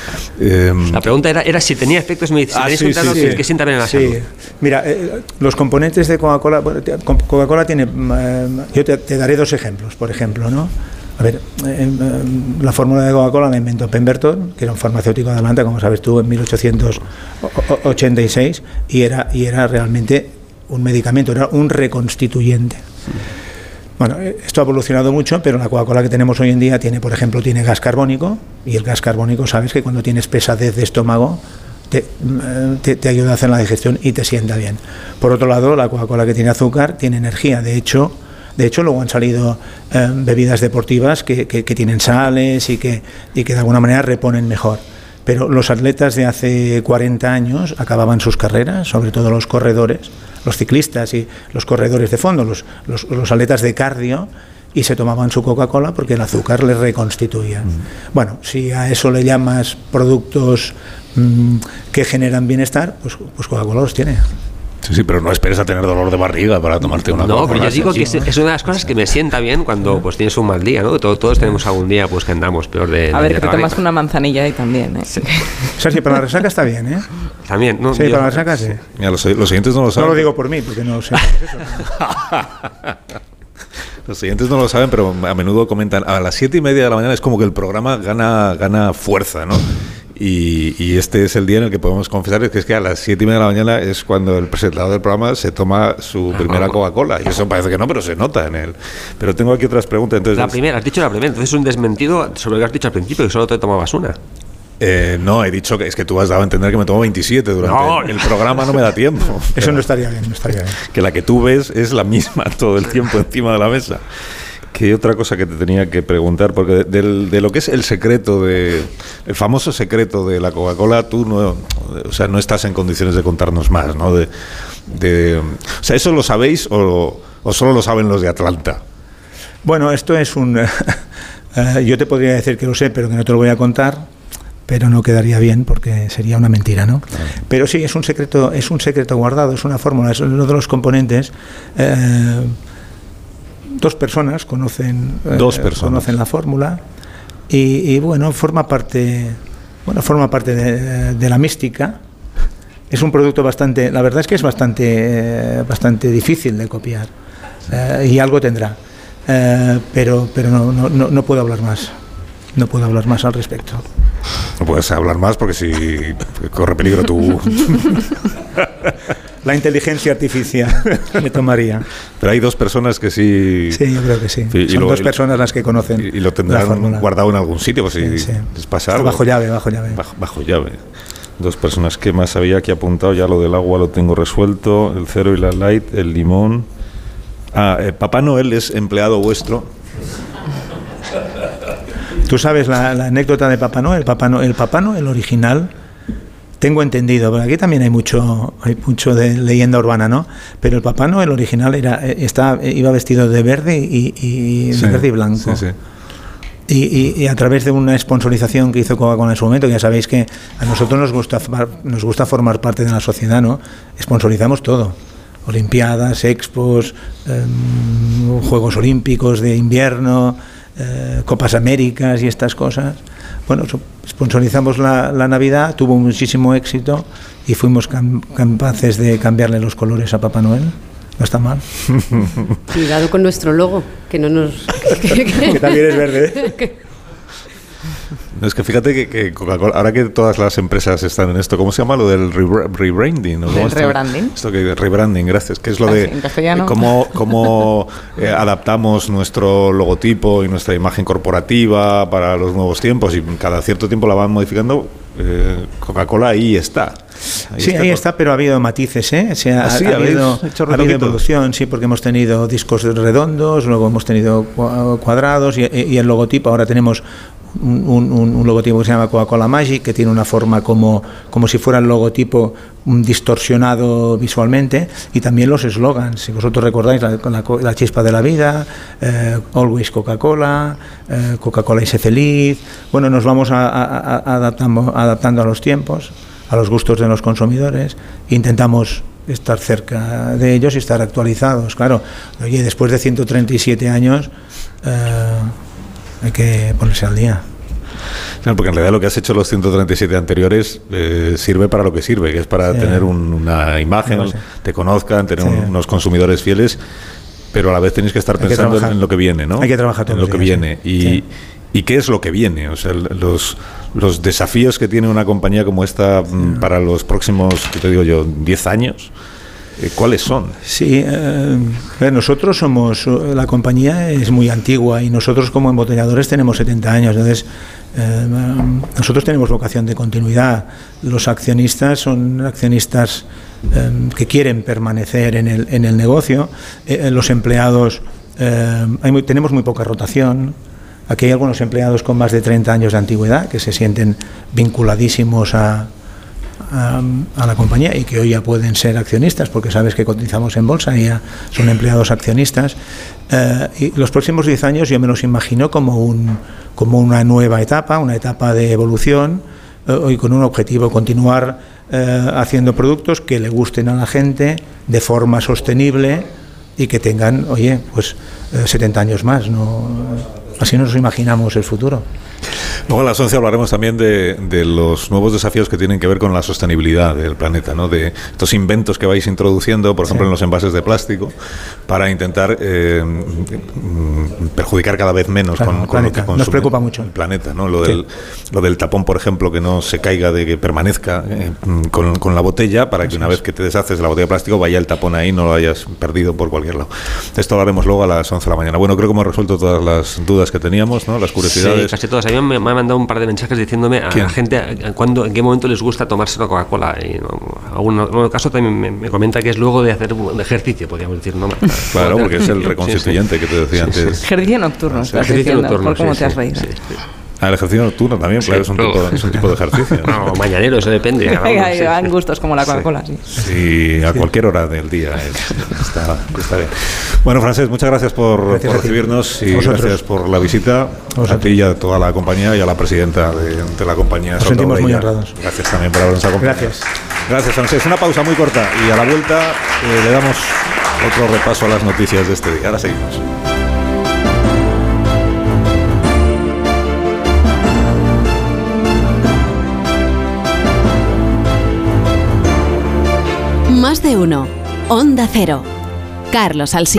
Speaker 8: Eh, la pregunta era, era si tenía efectos medicinales,
Speaker 1: ah, sí, sí,
Speaker 8: que,
Speaker 1: sí.
Speaker 8: que sienta bien en la
Speaker 11: sí.
Speaker 8: salud.
Speaker 11: Mira, eh, los componentes de Coca-Cola, Coca-Cola tiene, eh, yo te, te daré dos ejemplos, por ejemplo, ¿no? A ver, eh, eh, la fórmula de Coca-Cola la inventó Pemberton, que era un farmacéutico de Atlanta, como sabes tú, en mil ochocientos ochenta y seis, y era, y era realmente un medicamento, era un reconstituyente. Bueno, esto ha evolucionado mucho, pero la Coca-Cola que tenemos hoy en día tiene, por ejemplo, tiene gas carbónico, y el gas carbónico, sabes que cuando tienes pesadez de estómago, Te, te, te ayuda a hacer la digestión y te sienta bien. Por otro lado, la Coca-Cola que tiene azúcar tiene energía. De hecho, de hecho luego han salido eh, bebidas deportivas que, que, que tienen sales y que, y que de alguna manera reponen mejor. Pero los atletas de hace cuarenta años acababan sus carreras, sobre todo los corredores, los ciclistas y los corredores de fondo, los, los, los atletas de cardio, y se tomaban su Coca-Cola porque el azúcar les reconstituía. Mm. Bueno, si a eso le llamas productos mmm, que generan bienestar, pues, pues Coca-Cola los tiene.
Speaker 1: Sí, sí, pero no esperes a tener dolor de barriga para tomarte una Coca-Cola.
Speaker 8: No, pero yo digo que es, es una de las cosas que me sienta bien cuando pues tienes un mal día, ¿no? Todos, todos tenemos algún día pues que andamos peor de...
Speaker 9: A ver,
Speaker 8: de
Speaker 9: que te tomas una manzanilla ahí también, ¿eh?
Speaker 11: Sí. O sea, si para la resaca está bien, ¿eh?
Speaker 8: También, ¿no?
Speaker 11: Sí,
Speaker 8: yo,
Speaker 11: para la resaca sí.
Speaker 1: Mira, los, los siguientes no lo saben.
Speaker 11: No lo digo por mí, porque no sé qué es eso.
Speaker 1: Los siguientes no lo saben, pero a menudo comentan, a las siete y media de la mañana es como que el programa gana, gana fuerza, ¿no? Y, y este es el día en el que podemos confesar que es que a las siete y media de la mañana es cuando el presentador del programa se toma su primera Coca-Cola. Y eso parece que no, pero se nota en él. Pero tengo aquí otras preguntas. Entonces,
Speaker 8: la primera, has dicho la primera, entonces es un desmentido sobre lo que has dicho al principio, que solo te tomabas una.
Speaker 1: Eh, no, he dicho que es que tú has dado a entender que me tomo veintisiete durante
Speaker 8: no.
Speaker 1: el, el programa, no me da tiempo.
Speaker 11: Eso no estaría bien, no estaría bien.
Speaker 1: Que la que tú ves es la misma todo el tiempo encima de la mesa. Que otra cosa que te tenía que preguntar, porque de, de, de lo que es el secreto, de el famoso secreto de la Coca-Cola, tú no, o sea, no estás en condiciones de contarnos más, ¿no? De, de, o sea, ¿eso lo sabéis o, o solo lo saben los de Atlanta?
Speaker 11: Bueno, esto es un... Uh, yo te podría decir que lo sé, pero que no te lo voy a contar, pero no quedaría bien porque sería una mentira, ¿no? Ah. Pero sí, es un secreto, es un secreto guardado, es una fórmula, es uno de los componentes... Uh, Dos personas conocen,
Speaker 1: Dos
Speaker 11: eh,
Speaker 1: personas.
Speaker 11: conocen la fórmula y, y bueno, forma parte, bueno, forma parte de, de la mística. Es un producto bastante, la verdad es que es bastante, eh, bastante difícil de copiar eh, y algo tendrá, eh, pero, pero no, no, no, no puedo hablar más, no puedo hablar más al respecto.
Speaker 1: No puedes hablar más porque si corre peligro tú.
Speaker 11: La inteligencia artificial me tomaría.
Speaker 1: Pero hay dos personas que sí...
Speaker 11: Sí, yo creo que sí.
Speaker 1: sí
Speaker 11: Son
Speaker 1: lo,
Speaker 11: dos personas las que conocen.
Speaker 1: Y, y lo tendrán guardado en algún sitio, pues si sí, sí. les pasa algo.
Speaker 11: Bajo llave, bajo llave.
Speaker 1: Bajo, bajo llave. Dos personas. ¿Qué más había aquí apuntado? Ya lo del agua lo tengo resuelto. El cero y la light, el limón. Ah, eh, Papá Noel es empleado vuestro.
Speaker 11: ¿Tú sabes la, la anécdota de Papá Noel? Papá Noel, el Papá Noel original Tengo entendido, porque aquí también hay mucho, hay mucho de leyenda urbana, ¿no? Pero el Papá Noel original era, está, iba vestido de verde y, y
Speaker 1: Sí,
Speaker 11: verde y blanco.
Speaker 1: sí, sí.
Speaker 11: Y, y, y a través de una sponsorización que hizo Coca-Cola en su momento, ya sabéis que a nosotros nos gusta nos gusta formar parte de la sociedad, ¿no? Sponsorizamos todo. Olimpiadas, expos, eh, Juegos Olímpicos de invierno, eh, Copas Américas y estas cosas. Bueno, sponsorizamos la, la Navidad, tuvo muchísimo éxito y fuimos cam- capaces de cambiarle los colores a Papá Noel. No está mal.
Speaker 7: Cuidado con nuestro logo, que no nos...
Speaker 11: que, que también es verde.
Speaker 1: Es que fíjate que, que Coca-Cola, ahora que todas las empresas están en esto, ¿cómo se llama lo del re- rebranding? ¿no?
Speaker 9: ¿Del rebranding?
Speaker 1: Esto que rebranding, gracias. Que es lo
Speaker 9: Ah,
Speaker 1: de
Speaker 9: sí, en castellano.
Speaker 1: eh, cómo, cómo eh, adaptamos nuestro logotipo y nuestra imagen corporativa para los nuevos tiempos y cada cierto tiempo la van modificando. Eh, Coca-Cola ahí está. Ahí
Speaker 11: sí,
Speaker 1: está
Speaker 11: ahí
Speaker 1: co-
Speaker 11: está, pero ha habido matices, ¿eh? O sea,
Speaker 1: ¿Ah, sí?
Speaker 11: ha, ha habido,
Speaker 1: ¿Habéis hecho
Speaker 11: ha habido
Speaker 1: retoquitos?
Speaker 11: evolución, sí, porque hemos tenido discos redondos, luego hemos tenido cua- cuadrados y, y el logotipo, ahora tenemos un, un, un logotipo que se llama Coca-Cola Magic, que tiene una forma como, como si fuera el logotipo um, distorsionado visualmente, y también los eslogans, si vosotros recordáis, la, la, la chispa de la vida, eh, Always Coca-Cola, eh, Coca-Cola y sé feliz. Bueno, nos vamos a, a, a adaptando, adaptando a los tiempos, a los gustos de los consumidores, intentamos estar cerca de ellos y estar actualizados. Claro, oye, después de ciento treinta y siete años eh, hay que ponerse al día.
Speaker 1: Claro, porque en realidad lo que has hecho los ciento treinta y siete anteriores eh, sirve para lo que sirve, que es para
Speaker 11: Sí.
Speaker 1: tener un- una imagen,
Speaker 11: No sé.
Speaker 1: te conozcan, tener
Speaker 11: Sí.
Speaker 1: un- unos consumidores fieles, pero a la vez tenéis que estar
Speaker 11: Hay que
Speaker 1: pensando en,
Speaker 11: trabajar.
Speaker 1: en lo que viene, ¿no?
Speaker 11: Hay que trabajar todos
Speaker 1: en lo
Speaker 11: los
Speaker 1: que
Speaker 11: días,
Speaker 1: viene.
Speaker 11: sí.
Speaker 1: Y,
Speaker 11: Sí.
Speaker 1: ¿Y qué es lo que viene? O sea, los, los desafíos que tiene una compañía como esta mm, para los próximos, ¿qué te digo yo?, diez años, eh, ¿cuáles son?
Speaker 11: Sí, eh, eh, nosotros somos, la compañía es muy antigua y nosotros como embotelladores tenemos setenta años, entonces eh, nosotros tenemos vocación de continuidad. Los accionistas son accionistas eh, que quieren permanecer en el, en el negocio, eh, los empleados, eh, hay muy, tenemos muy poca rotación. Aquí hay algunos empleados con más de treinta años de antigüedad que se sienten vinculadísimos a, a, a la compañía y que hoy ya pueden ser accionistas porque sabes que cotizamos en bolsa y ya son empleados accionistas. Eh, y los próximos diez años yo me los imagino como, un, como una nueva etapa, una etapa de evolución eh, y con un objetivo, continuar eh, haciendo productos que le gusten a la gente de forma sostenible y que tengan, oye, pues eh, setenta años más, ¿no? Así nos imaginamos el futuro.
Speaker 1: Luego a las once hablaremos también de, de los nuevos desafíos que tienen que ver con la sostenibilidad del planeta, ¿no? De estos inventos que vais introduciendo, por ejemplo,
Speaker 11: Sí.
Speaker 1: en los envases de plástico, para intentar eh, perjudicar cada vez menos
Speaker 11: Claro,
Speaker 1: con,
Speaker 11: el
Speaker 1: con lo que
Speaker 11: planeta.
Speaker 1: consume
Speaker 11: Nos preocupa mucho.
Speaker 1: el planeta, ¿no? Lo
Speaker 11: Sí.
Speaker 1: del, lo del tapón, por ejemplo, que no se caiga, de que permanezca eh, con, con la botella, para que una vez que te deshaces de la botella de plástico vaya el tapón ahí, no lo hayas perdido por cualquier lado. Esto lo haremos luego a las once de la mañana. Bueno, creo que hemos resuelto todas las dudas que teníamos, ¿no? Las curiosidades.
Speaker 8: Sí, casi todas. A mí me, me han mandado un par de mensajes diciéndome a
Speaker 1: ¿Quién?
Speaker 8: la gente a, a cuándo, en qué momento les gusta tomarse una Coca-Cola. Y no, algún, algún caso también me, me comenta que es luego de hacer un ejercicio, podríamos decir, ¿no?
Speaker 1: Claro, porque es el reconstituyente
Speaker 8: Sí, sí.
Speaker 1: que te decía
Speaker 8: Sí, sí.
Speaker 1: antes.
Speaker 9: Ejercicio nocturno,
Speaker 8: Sí,
Speaker 9: estás
Speaker 8: ejercicio
Speaker 9: diciendo,
Speaker 8: nocturno,
Speaker 9: por cómo
Speaker 8: sí,
Speaker 9: te has
Speaker 8: sí,
Speaker 9: reído.
Speaker 8: sí, sí.
Speaker 1: Ah, el ejercicio nocturno también, claro, es un,
Speaker 8: pero-
Speaker 1: tipo, es un tipo de ejercicio.
Speaker 8: No, mañanero, eso depende. cada uno,
Speaker 9: Venga,
Speaker 8: sí,
Speaker 9: van
Speaker 8: sí.
Speaker 9: gustos como la Coca-Cola, sí.
Speaker 1: Sí, a cualquier hora del día. es- está, está bien. Bueno, Francesc, muchas gracias por,
Speaker 11: Gracias
Speaker 1: por
Speaker 11: a ti.
Speaker 1: recibirnos y
Speaker 11: A vosotros.
Speaker 1: gracias por la visita a
Speaker 11: vosotros.
Speaker 1: ti y a toda la compañía y a la presidenta de, de la compañía.
Speaker 11: Nos
Speaker 1: Santa
Speaker 11: sentimos muy
Speaker 1: Orella.
Speaker 11: honrados.
Speaker 1: Gracias también por habernos acompañado.
Speaker 11: Gracias.
Speaker 1: Gracias, Francesc. Una pausa muy corta y a la vuelta eh, le damos otro repaso a las noticias de este día. Ahora seguimos.
Speaker 3: Más de uno. Onda Cero. Carlos Alsina.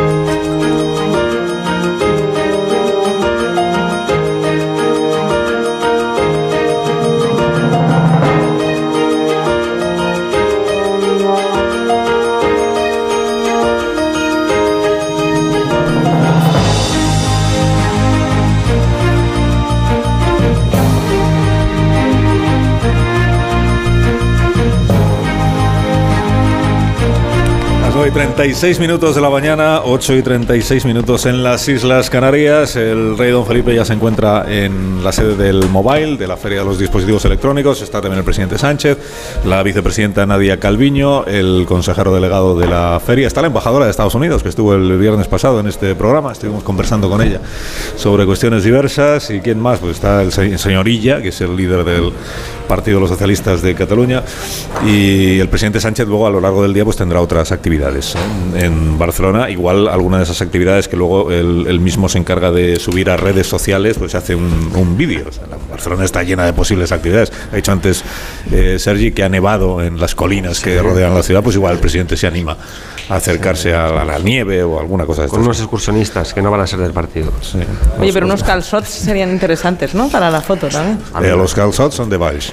Speaker 1: Las nueve y treinta y seis minutos de la mañana, ocho y treinta y seis minutos en las Islas Canarias. El rey don Felipe ya se encuentra en la sede del Mobile, de la Feria de los Dispositivos Electrónicos. Está también el presidente Sánchez, la vicepresidenta Nadia Calviño, el consejero delegado de la feria. Está la embajadora de Estados Unidos, que estuvo el viernes pasado en este programa. Estuvimos conversando con ella sobre cuestiones diversas. ¿Y quién más? Pues está el señor Illa, que es el líder del Partido de los Socialistas de Cataluña. Y el presidente Sánchez luego a lo largo del día pues tendrá otras actividades en, en Barcelona. Igual alguna de esas actividades que luego él, él mismo se encarga de subir a redes sociales, pues hace un, un vídeo. O sea, Barcelona está llena de posibles actividades. Ha dicho antes eh, Sergi que ha nevado en las colinas que rodean la ciudad, pues igual el presidente se anima a acercarse a la, a la nieve o alguna cosa de estas.
Speaker 8: Con unos excursionistas que no van a ser del partido.
Speaker 1: Sí.
Speaker 9: Oye, pero unos calzots serían interesantes, ¿no? Para la foto también.
Speaker 1: Eh, los calzots son de Valls.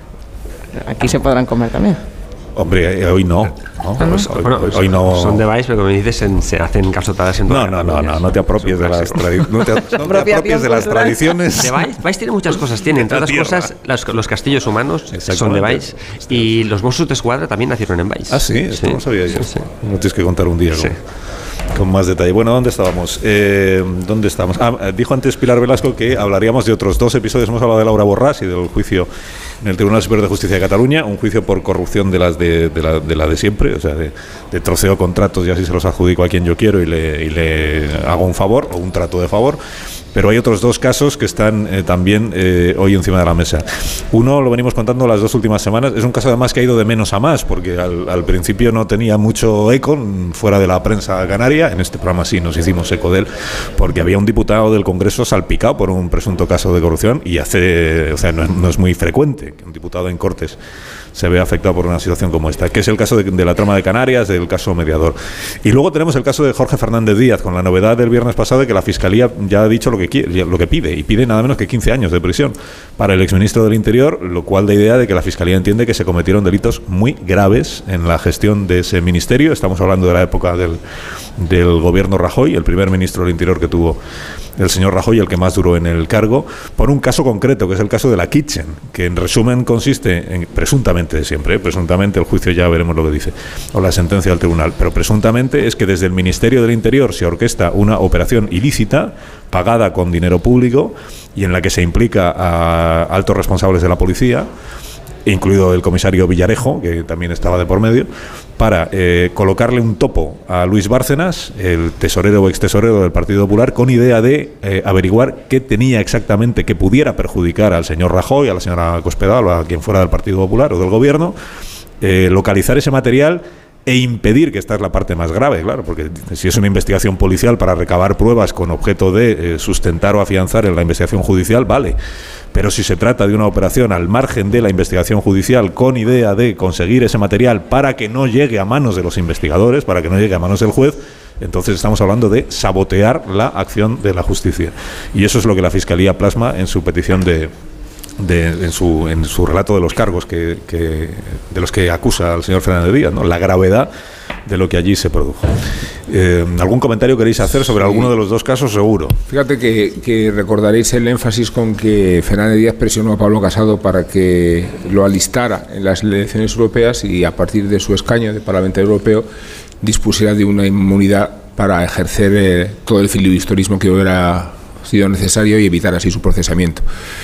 Speaker 9: Aquí se podrán comer también.
Speaker 1: Hombre, hoy no. ¿no? Pues hoy,
Speaker 8: bueno,
Speaker 1: hoy, hoy no.
Speaker 8: Son de Vice, pero como dices, en, se hacen calzotadas en
Speaker 1: No, no, no, no, no te apropies de las, tradi no te, no te apropies de las tradiciones.
Speaker 8: De Vice, Vice tiene muchas cosas. Tiene, entre otras cosas, los, los castillos humanos son de Vice. Y los Mossos de Escuadra también nacieron en Vice.
Speaker 1: Ah, sí, esto
Speaker 8: sí,
Speaker 1: no sabía yo.
Speaker 8: Sí, sí.
Speaker 1: No tienes que contar un día.
Speaker 8: Sí.
Speaker 1: Con, con más detalle. Bueno, ¿dónde estábamos? Eh, ¿Dónde estamos? Ah, dijo antes Pilar Velasco que hablaríamos de otros dos episodios. Hemos hablado de Laura Borràs y del juicio en el Tribunal Superior de Justicia de Cataluña, un juicio por corrupción de las de, de, la, de la de siempre, o sea, de, de troceo contratos y así se los adjudico a quien yo quiero y le, y le hago un favor o un trato de favor. Pero hay otros dos casos que están eh, también eh, hoy encima de la mesa. Uno lo venimos contando las dos últimas semanas. Es un caso además que ha ido de menos a más, porque al, al principio no tenía mucho eco fuera de la prensa canaria. En este programa sí nos hicimos eco de él, porque había un diputado del Congreso salpicado por un presunto caso de corrupción y hace, o sea, no es, no es muy frecuente que un diputado en Cortes se ve afectado por una situación como esta, que es el caso de, de la trama de Canarias, del caso mediador. Y luego tenemos el caso de Jorge Fernández Díaz, con la novedad del viernes pasado de que la Fiscalía ya ha dicho lo que quiere, lo que pide, y pide nada menos que quince años de prisión para el exministro del Interior, lo cual da idea de que la Fiscalía entiende que se cometieron delitos muy graves en la gestión de ese ministerio. Estamos hablando de la época del, del gobierno Rajoy, el primer ministro del Interior que tuvo el señor Rajoy, el que más duró en el cargo, por un caso concreto, que es el caso de la Kitchen, que en resumen consiste en, presuntamente siempre, ¿eh? presuntamente, el juicio ya veremos lo que dice, o la sentencia del tribunal, pero presuntamente es que desde el Ministerio del Interior se orquesta una operación ilícita, pagada con dinero público, y en la que se implica a altos responsables de la policía, incluido el comisario Villarejo, que también estaba de por medio, para eh, colocarle un topo a Luis Bárcenas, el tesorero o extesorero del Partido Popular, con idea de eh, averiguar qué tenía exactamente que pudiera perjudicar al señor Rajoy, a la señora Cospedal o a quien fuera del Partido Popular o del Gobierno, eh, localizar ese material e impedir, que esta es la parte más grave, claro, porque si es una investigación policial para recabar pruebas con objeto de eh, sustentar o afianzar en la investigación judicial, vale. Pero si se trata de una operación al margen de la investigación judicial con idea de conseguir ese material para que no llegue a manos de los investigadores, para que no llegue a manos del juez, entonces estamos hablando de sabotear la acción de la justicia. Y eso es lo que la Fiscalía plasma en su petición de... De, en, su, en su relato de los cargos que, que, de los que acusa al señor Fernández Díaz, ¿no? La gravedad de lo que allí se produjo. Eh, ¿Algún comentario queréis hacer sobre sí. alguno de los dos casos? Seguro.
Speaker 10: Fíjate que, que recordaréis el énfasis con que Fernández Díaz presionó a Pablo Casado para que lo alistara en las elecciones europeas y a partir de su escaño de parlamentario europeo dispusiera de una inmunidad para ejercer eh, todo el filibusterismo que hubiera sido necesario y evitar así su procesamiento.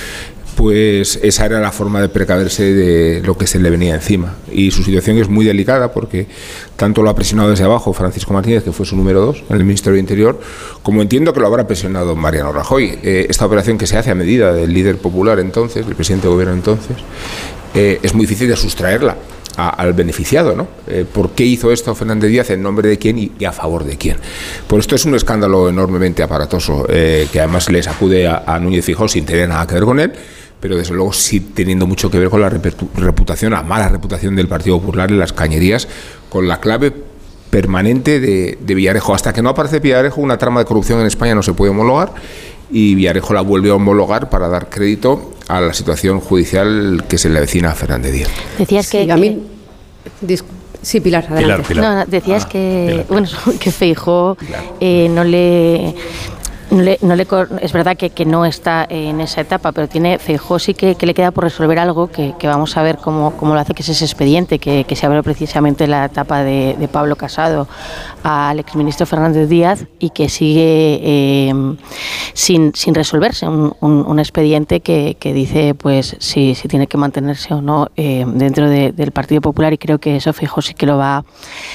Speaker 10: Pues esa era la forma de precaverse de lo que se le venía encima. Y su situación es muy delicada porque tanto lo ha presionado desde abajo Francisco Martínez, que fue su número dos en el Ministerio de Interior, como entiendo que lo habrá presionado Mariano Rajoy. Eh, esta operación que se hace a medida del líder popular entonces, del presidente de gobierno entonces, eh, es muy difícil de sustraerla a, al beneficiado, ¿no? Eh, ¿Por qué hizo esto Fernández Díaz? ¿En nombre de quién y, y a favor de quién? Por esto es un escándalo enormemente aparatoso, eh, que además le sacude a, a Núñez Feijóo sin tener nada que ver con él, pero desde luego sí teniendo mucho que ver con la reputación, la mala reputación del Partido Popular en las cañerías, con la clave permanente de, de Villarejo. Hasta que no aparece Villarejo, una trama de corrupción en España no se puede homologar, y Villarejo la vuelve a homologar para dar crédito a la situación judicial que se le avecina a Fernández Díaz.
Speaker 6: Decías que...
Speaker 7: Sí, a mí, dis, sí, Pilar, adelante.
Speaker 1: Pilar, Pilar.
Speaker 6: No, decías
Speaker 1: ah,
Speaker 6: que,
Speaker 1: Pilar.
Speaker 6: bueno, que Feijóo eh, no le... No le, no le, es verdad que, que no está en esa etapa, pero tiene Feijóo sí que, que le queda por resolver algo que, que vamos a ver cómo, cómo lo hace, que es ese expediente que, que se abrió precisamente en la etapa de, de Pablo Casado al exministro Fernández Díaz y que sigue eh, sin, sin resolverse, un, un, un expediente que, que dice pues si, si tiene que mantenerse o no eh, dentro de, del Partido Popular, y creo que eso Feijóo sí que lo va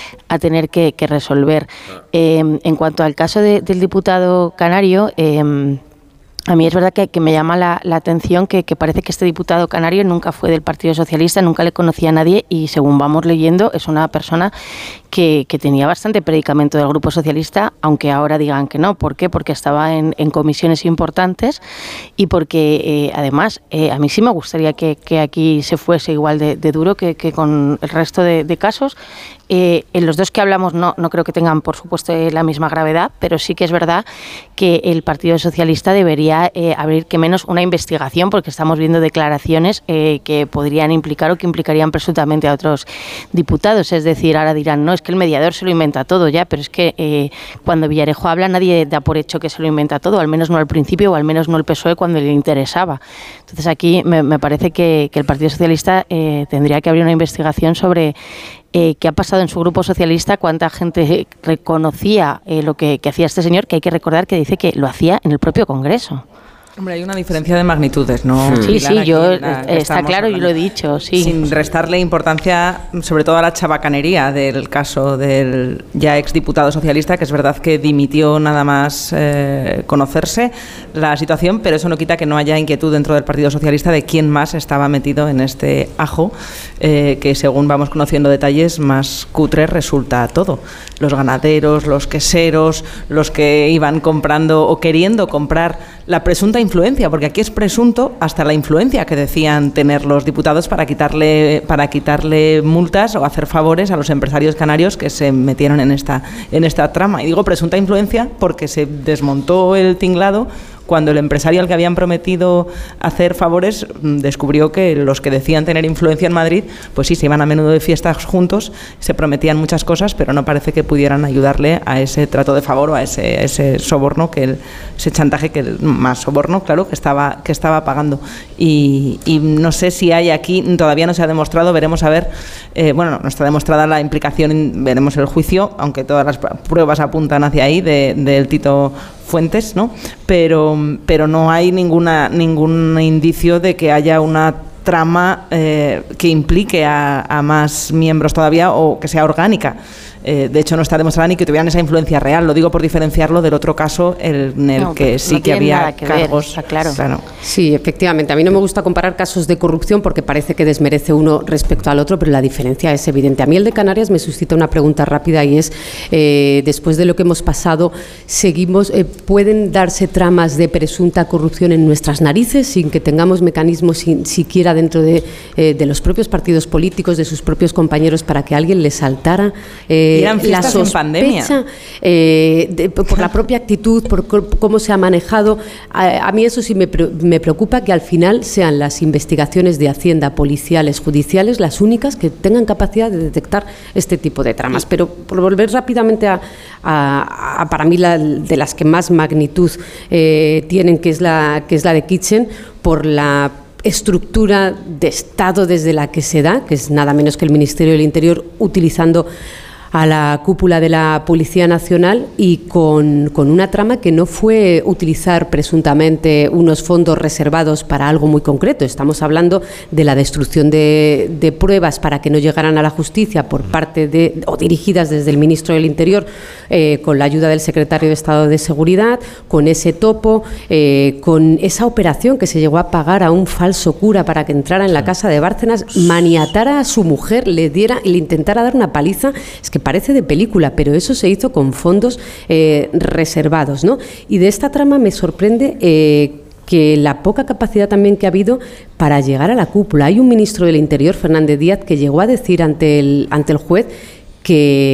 Speaker 6: a tener que, que resolver. Eh, en cuanto al caso de, del diputado canario, eh, a mí es verdad que, que me llama la, la atención que, que parece que este diputado canario nunca fue del Partido Socialista, nunca le conocía a nadie y según vamos leyendo es una persona que, que tenía bastante predicamento del Grupo Socialista, aunque ahora digan que no. ¿Por qué? Porque estaba en, en comisiones importantes y porque eh, además eh, a mí sí me gustaría que, que aquí se fuese igual de, de duro que, que con el resto de, de casos. Eh, en los dos que hablamos no, no creo que tengan, por supuesto, la misma gravedad, pero sí que es verdad que el Partido Socialista debería eh, abrir que menos una investigación, porque estamos viendo declaraciones eh, que podrían implicar o que implicarían presuntamente a otros diputados. Es decir, ahora dirán, no, es que el mediador se lo inventa todo ya, pero es que eh, cuando Villarejo habla nadie da por hecho que se lo inventa todo, al menos no al principio o al menos no el P S O E cuando le interesaba. Entonces aquí me, me parece que, que el Partido Socialista eh, tendría que abrir una investigación sobre Eh, qué ha pasado en su grupo socialista, cuánta gente reconocía eh, lo que, que hacía este señor, que hay que recordar que dice que lo hacía en el propio Congreso.
Speaker 9: Hombre, hay una diferencia de magnitudes, ¿no?
Speaker 6: Sí, sí, yo está claro, yo lo he dicho, sí.
Speaker 9: Sin restarle importancia, sobre todo a la chabacanería del caso del ya exdiputado socialista, que es verdad que dimitió nada más eh, conocerse la situación, pero eso no quita que no haya inquietud dentro del Partido Socialista de quién más estaba metido en este ajo, eh, que según vamos conociendo detalles, más cutre resulta todo. Los ganaderos, los queseros, los que iban comprando o queriendo comprar la presunta influencia, porque aquí es presunto hasta la influencia que decían tener los diputados para quitarle para quitarle multas o hacer favores a los empresarios canarios que se metieron en esta en esta trama. Y digo presunta influencia porque se desmontó el tinglado cuando el empresario al que habían prometido hacer favores descubrió que los que decían tener influencia en Madrid, pues sí, se iban a menudo de fiestas juntos, se prometían muchas cosas, pero no parece que pudieran ayudarle a ese trato de favor o a ese, ese soborno, que el, ese chantaje, que el, más soborno, claro, que estaba, que estaba pagando. Y, y no sé si hay aquí, todavía no se ha demostrado, veremos a ver, eh, bueno, no, no está demostrada la implicación, veremos el juicio, aunque todas las pruebas apuntan hacia ahí, de, del Tito Fuentes, ¿no? Pero, pero no hay ninguna ningún indicio de que haya una trama eh, que implique a, a más miembros todavía o que sea orgánica. Eh, de hecho, no está demostrada ni que tuvieran esa influencia real. Lo digo por diferenciarlo del otro caso en el no, que sí no que había que cargos.
Speaker 6: Ver, claro.
Speaker 7: claro. Sí, efectivamente. A mí no me gusta comparar casos de corrupción porque parece que desmerece uno respecto al otro, pero la diferencia es evidente. A mí el de Canarias me suscita una pregunta rápida y es, eh, después de lo que hemos pasado, seguimos eh, ¿pueden darse tramas de presunta corrupción en nuestras narices sin que tengamos mecanismos sin, siquiera dentro de, eh, de los propios partidos políticos, de sus propios compañeros, para que alguien les saltara eh, la sospecha eh, de, por la propia actitud, por cómo se ha manejado? A, a mí eso sí me, me preocupa, que al final sean las investigaciones de Hacienda, policiales, judiciales, las únicas que tengan capacidad de detectar este tipo de tramas. Pero por volver rápidamente a, a, a para mí la, de las que más magnitud eh, tienen, que es la que es la de Kitchen, por la estructura de Estado desde la que se da, que es nada menos que el Ministerio del Interior utilizando a la cúpula de la Policía Nacional y con, con una trama que no fue utilizar presuntamente unos fondos reservados para algo muy concreto. Estamos hablando de la destrucción de, de pruebas para que no llegaran a la justicia por parte de, o dirigidas desde el Ministro del Interior, eh, con la ayuda del Secretario de Estado de Seguridad, con ese topo, eh, con esa operación que se llegó a pagar a un falso cura para que entrara en la casa de Bárcenas, maniatara a su mujer, le diera y le intentara dar una paliza. Es que parece de película, pero eso se hizo con fondos eh, reservados, ¿no? Y de esta trama me sorprende eh, que la poca capacidad también que ha habido para llegar a la cúpula. Hay un ministro del Interior, Fernández Díaz, que llegó a decir ante el, ante el juez que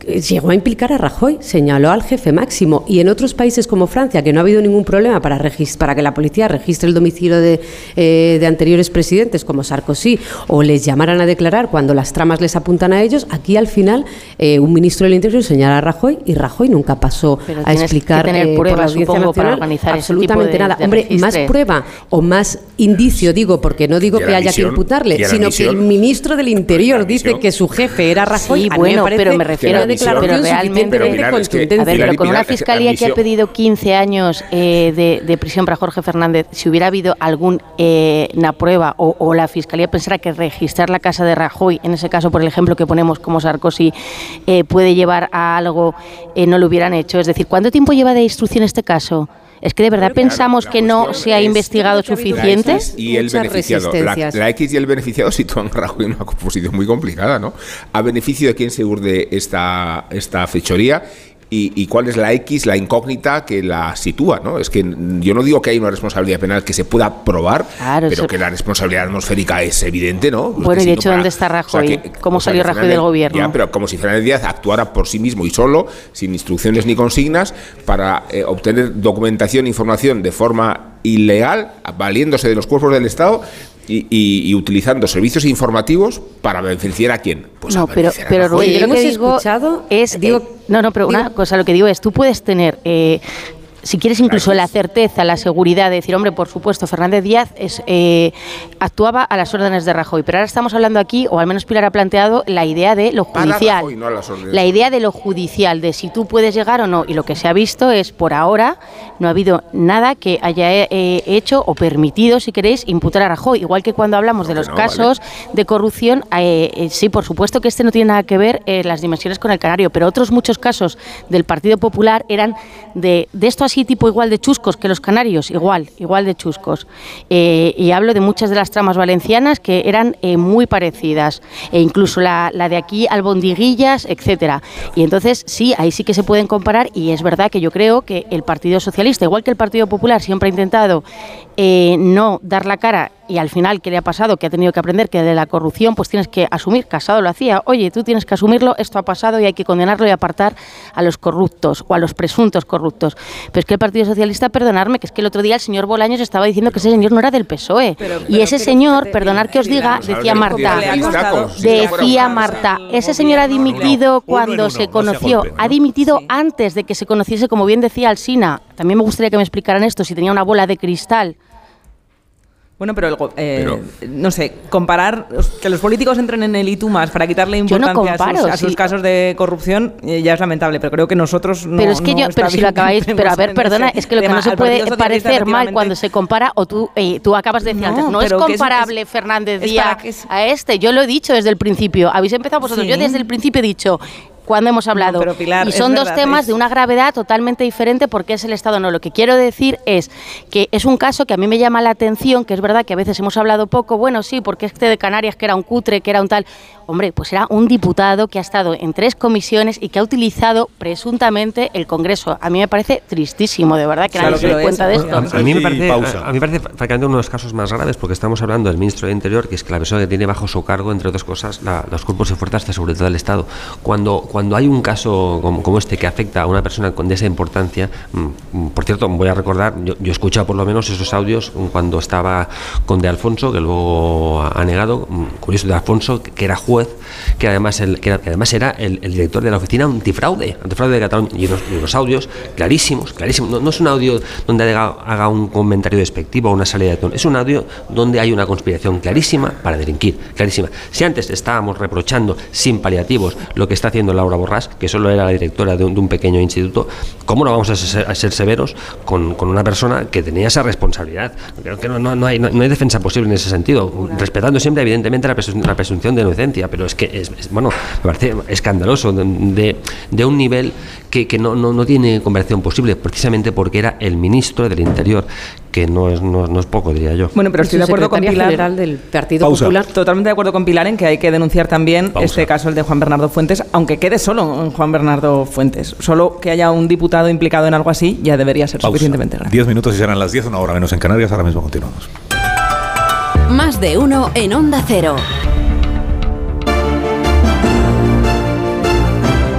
Speaker 7: llegó a implicar a Rajoy, señaló al jefe máximo, y en otros países como Francia, que no ha habido ningún problema para, para que la policía registre el domicilio de, eh, de anteriores presidentes como Sarkozy, o les llamaran a declarar cuando las tramas les apuntan a ellos, aquí al final eh, un ministro del Interior señala a Rajoy y Rajoy nunca pasó
Speaker 6: Pero
Speaker 7: a explicar
Speaker 6: que tener
Speaker 7: eh,
Speaker 6: pruebas,
Speaker 7: por la Audiencia
Speaker 6: supongo,
Speaker 7: Nacional
Speaker 6: para organizar
Speaker 7: absolutamente
Speaker 6: ese tipo de,
Speaker 7: nada.
Speaker 6: de
Speaker 7: Hombre,
Speaker 6: registre.
Speaker 7: más prueba o más indicio, digo, porque no digo
Speaker 10: Y a
Speaker 7: que
Speaker 10: la
Speaker 7: haya
Speaker 10: misión,
Speaker 7: que imputarle,
Speaker 10: y a la
Speaker 7: sino
Speaker 10: misión,
Speaker 7: que el ministro del Interior dice
Speaker 10: misión,
Speaker 7: que su jefe era Rajoy.
Speaker 6: Sí,
Speaker 7: a mí
Speaker 6: bueno,
Speaker 7: me parece
Speaker 6: pero me refiero
Speaker 7: una
Speaker 6: a
Speaker 7: declaración
Speaker 6: pero realmente,
Speaker 7: suficientemente
Speaker 10: Pilar, es que-
Speaker 7: contundente.
Speaker 6: A ver,
Speaker 10: Pilar,
Speaker 6: pero con
Speaker 10: Pilar,
Speaker 6: una
Speaker 10: es que
Speaker 6: fiscalía que ha
Speaker 10: admisión-
Speaker 6: pedido quince años eh, de, de prisión para Jorge Fernández, si hubiera habido alguna eh, una prueba o, o la fiscalía pensara que registrar la casa de Rajoy, en ese caso por el ejemplo que ponemos como Sarkozy, eh, puede llevar a algo, eh, no lo hubieran hecho. Es decir, ¿cuánto tiempo lleva de instrucción este caso? ¿Es que de verdad
Speaker 10: Claro,
Speaker 6: pensamos
Speaker 10: la
Speaker 6: que no
Speaker 10: cuestión
Speaker 6: se ha
Speaker 10: es-
Speaker 6: investigado suficiente?
Speaker 10: La X y el
Speaker 7: Muchas
Speaker 10: beneficiado. La,
Speaker 7: resistencias.
Speaker 10: la X y el beneficiado sitúan a Rajoy en una posición muy complicada, ¿no? ¿A beneficio de quién se urde esta, esta fechoría? Y, y cuál es la X, la incógnita que la sitúa, ¿no? Es que yo no digo que hay una responsabilidad penal que se pueda probar,
Speaker 6: Claro,
Speaker 10: pero
Speaker 6: eso-
Speaker 10: que la responsabilidad atmosférica es evidente, ¿no? Pues
Speaker 6: Bueno,
Speaker 10: que
Speaker 6: y
Speaker 10: si
Speaker 6: de
Speaker 10: no
Speaker 6: hecho,
Speaker 10: para-
Speaker 6: ¿dónde está Rajoy?
Speaker 10: que-
Speaker 6: ¿Cómo
Speaker 10: o sea,
Speaker 6: salió
Speaker 10: que
Speaker 6: Rajoy
Speaker 10: Fernández-
Speaker 6: del gobierno?
Speaker 10: Ya, pero como si Fernández Díaz actuara por sí mismo y solo, sin instrucciones ni consignas, para eh, obtener documentación e información de forma ilegal, valiéndose de los cuerpos del Estado. Y, y, y utilizando servicios informativos para beneficiar a quién. Pues
Speaker 6: no,
Speaker 10: a
Speaker 6: pero,
Speaker 10: beneficiar a
Speaker 6: pero
Speaker 10: Rajoy.
Speaker 6: Rubén, yo lo
Speaker 7: hemos
Speaker 6: que digo
Speaker 7: escuchado,
Speaker 6: es,
Speaker 7: digo-
Speaker 6: eh, no, no, pero una
Speaker 7: digo-
Speaker 6: cosa, lo que digo es, tú puedes tener, eh, si quieres incluso la certeza, la seguridad de decir, hombre, por supuesto, Fernández Díaz es, eh, actuaba a las órdenes de Rajoy, pero ahora estamos hablando aquí, o al menos Pilar ha planteado, la idea de lo
Speaker 10: Para
Speaker 6: judicial.
Speaker 10: Rajoy, no a las órdenes.
Speaker 6: La idea de lo judicial, de si tú puedes llegar o no, y lo que se ha visto es, por ahora, no ha habido nada que haya eh, hecho o permitido, si queréis, imputar a Rajoy. Igual que cuando hablamos de
Speaker 10: que
Speaker 6: los
Speaker 10: no,
Speaker 6: casos de corrupción, eh, eh, sí, por supuesto que este no tiene nada que ver eh, las dimensiones con el Canario, pero otros muchos casos del Partido Popular eran de, de esto así tipo igual de chuscos que los canarios, igual, igual de chuscos. Eh, y hablo de muchas de las tramas valencianas que eran eh, muy parecidas, e incluso la, la de aquí, albondiguillas, etcétera. Y entonces sí, ahí sí que se pueden comparar, y es verdad que yo creo que el Partido Socialista, igual que el Partido Popular, siempre ha intentado eh, no dar la cara. Y al final, ¿qué le ha pasado? Que ha tenido que aprender que de la corrupción pues tienes que asumir. Casado lo hacía. Oye, tú tienes que asumirlo, esto ha pasado y hay que condenarlo y apartar a los corruptos o a los presuntos corruptos. Pero es que el Partido Socialista, perdonadme, que es que el otro día el señor Bolaños estaba diciendo que ese señor no era del P S O E.
Speaker 7: Pero-
Speaker 6: y
Speaker 7: pero-
Speaker 6: ese
Speaker 7: pero
Speaker 6: señor,
Speaker 7: fíjate,
Speaker 6: perdonad que os diga,
Speaker 10: Vamos a ver,
Speaker 6: decía
Speaker 10: el
Speaker 6: Marta,
Speaker 10: Partido Socialista, como si esto fuera
Speaker 6: decía
Speaker 10: una-
Speaker 6: Marta, ese señor ha dimitido cuando
Speaker 1: uno,
Speaker 6: se
Speaker 1: no se
Speaker 6: conoció,
Speaker 1: golpeen, ¿no?
Speaker 6: ha dimitido antes de que se conociese, como bien decía Alsina. También me gustaría que me explicaran esto, si tenía una bola de cristal.
Speaker 9: Bueno, pero, el go- eh,
Speaker 10: Pero-
Speaker 9: no sé, comparar que los políticos entren en el I T U más para quitarle
Speaker 6: Yo no
Speaker 9: importancia a,
Speaker 6: comparo,
Speaker 9: sus, a sus
Speaker 6: sí.
Speaker 9: casos de corrupción eh, ya es lamentable, pero creo que nosotros no.
Speaker 6: Pero es que
Speaker 9: no
Speaker 6: yo,
Speaker 9: está
Speaker 6: pero si
Speaker 9: bien
Speaker 6: lo
Speaker 9: que
Speaker 6: acabáis,
Speaker 9: entremos
Speaker 6: pero a ver,
Speaker 9: en
Speaker 6: perdona,
Speaker 9: ese
Speaker 6: es que lo que
Speaker 9: tema.
Speaker 6: no se
Speaker 9: Al
Speaker 6: puede
Speaker 9: Partido Socialista,
Speaker 6: parecer mal
Speaker 9: efectivamente,
Speaker 6: cuando se compara, o tú, eh, tú acabas de decir
Speaker 9: No,
Speaker 6: antes, no es
Speaker 9: pero que es-
Speaker 6: comparable
Speaker 9: es-
Speaker 6: Fernández
Speaker 9: es
Speaker 6: Díaz
Speaker 9: para que es-
Speaker 6: a este. Yo lo he dicho desde el principio. Habéis empezado vosotros.
Speaker 9: Sí.
Speaker 6: Yo desde el principio he dicho. Cuando hemos hablado.
Speaker 9: pero Pilar,
Speaker 6: y
Speaker 9: es
Speaker 6: son dos
Speaker 9: verdad,
Speaker 6: temas
Speaker 9: es-
Speaker 6: de una gravedad totalmente diferente porque es el Estado. No, lo que quiero decir es que es un caso que a mí me llama la atención, que es verdad que a veces hemos hablado poco, bueno, sí, porque este de Canarias que era un cutre, que era un tal. Hombre, pues era un diputado que ha estado en tres comisiones y que ha utilizado presuntamente el Congreso. A mí me parece tristísimo, de verdad, que
Speaker 9: Claro
Speaker 6: nadie se
Speaker 9: que
Speaker 6: dé
Speaker 9: lo
Speaker 6: cuenta
Speaker 9: es,
Speaker 6: de
Speaker 8: A,
Speaker 6: esto.
Speaker 8: a mí me
Speaker 1: Sí,
Speaker 8: parece,
Speaker 1: pausa.
Speaker 8: a, a mí me parece francamente uno de los casos más graves porque estamos hablando del ministro de Interior, que es que la persona que tiene bajo su cargo, entre otras cosas, la- los cuerpos y fuerzas de seguridad del Estado. Cuando, cuando hay un caso como, como este que afecta a una persona con de esa importancia, mm, por cierto, voy a recordar, yo, yo he escuchado por lo menos esos audios cuando estaba con De Alfonso, que luego ha, ha negado, mm, curioso, De Alfonso, que, que era juez, que además, el, que era, que además era el, el director de la oficina antifraude, antifraude de Cataluña, y unos, y unos audios clarísimos, clarísimos. No, no es un audio donde haga, haga un comentario despectivo o una salida de tono, es un audio donde hay una conspiración clarísima para delinquir, clarísima. Si antes estábamos reprochando sin paliativos lo que está haciendo Laura Borràs, que solo era la directora de un, de un pequeño instituto, ¿cómo no vamos a ser, a ser severos con, con una persona que tenía esa responsabilidad? Creo que no, no, no, hay, no, no hay defensa posible en ese sentido, respetando siempre evidentemente la, presun- la presunción de inocencia, pero es que es, es, bueno, me parece escandaloso de, de, de un nivel que, que no, no, no tiene conversación posible, precisamente porque era el ministro del Interior, que no es, no, no es poco, diría yo.
Speaker 9: Bueno, pero estoy
Speaker 7: Y
Speaker 9: de
Speaker 7: su
Speaker 9: acuerdo con
Speaker 7: secretaria
Speaker 9: Pilar.
Speaker 7: general del Partido
Speaker 1: Pausa.
Speaker 7: Popular.
Speaker 9: Totalmente de acuerdo con Pilar en que hay que denunciar también
Speaker 1: Pausa.
Speaker 9: este caso, el de Juan Bernardo Fuentes, aunque quede solo en Juan Bernardo Fuentes. Solo que haya un diputado implicado en algo así ya debería ser
Speaker 1: Pausa.
Speaker 9: suficientemente grave.
Speaker 1: Diez minutos y serán las diez, una hora menos en Canarias. Ahora mismo continuamos.
Speaker 3: Más de uno en Onda Cero.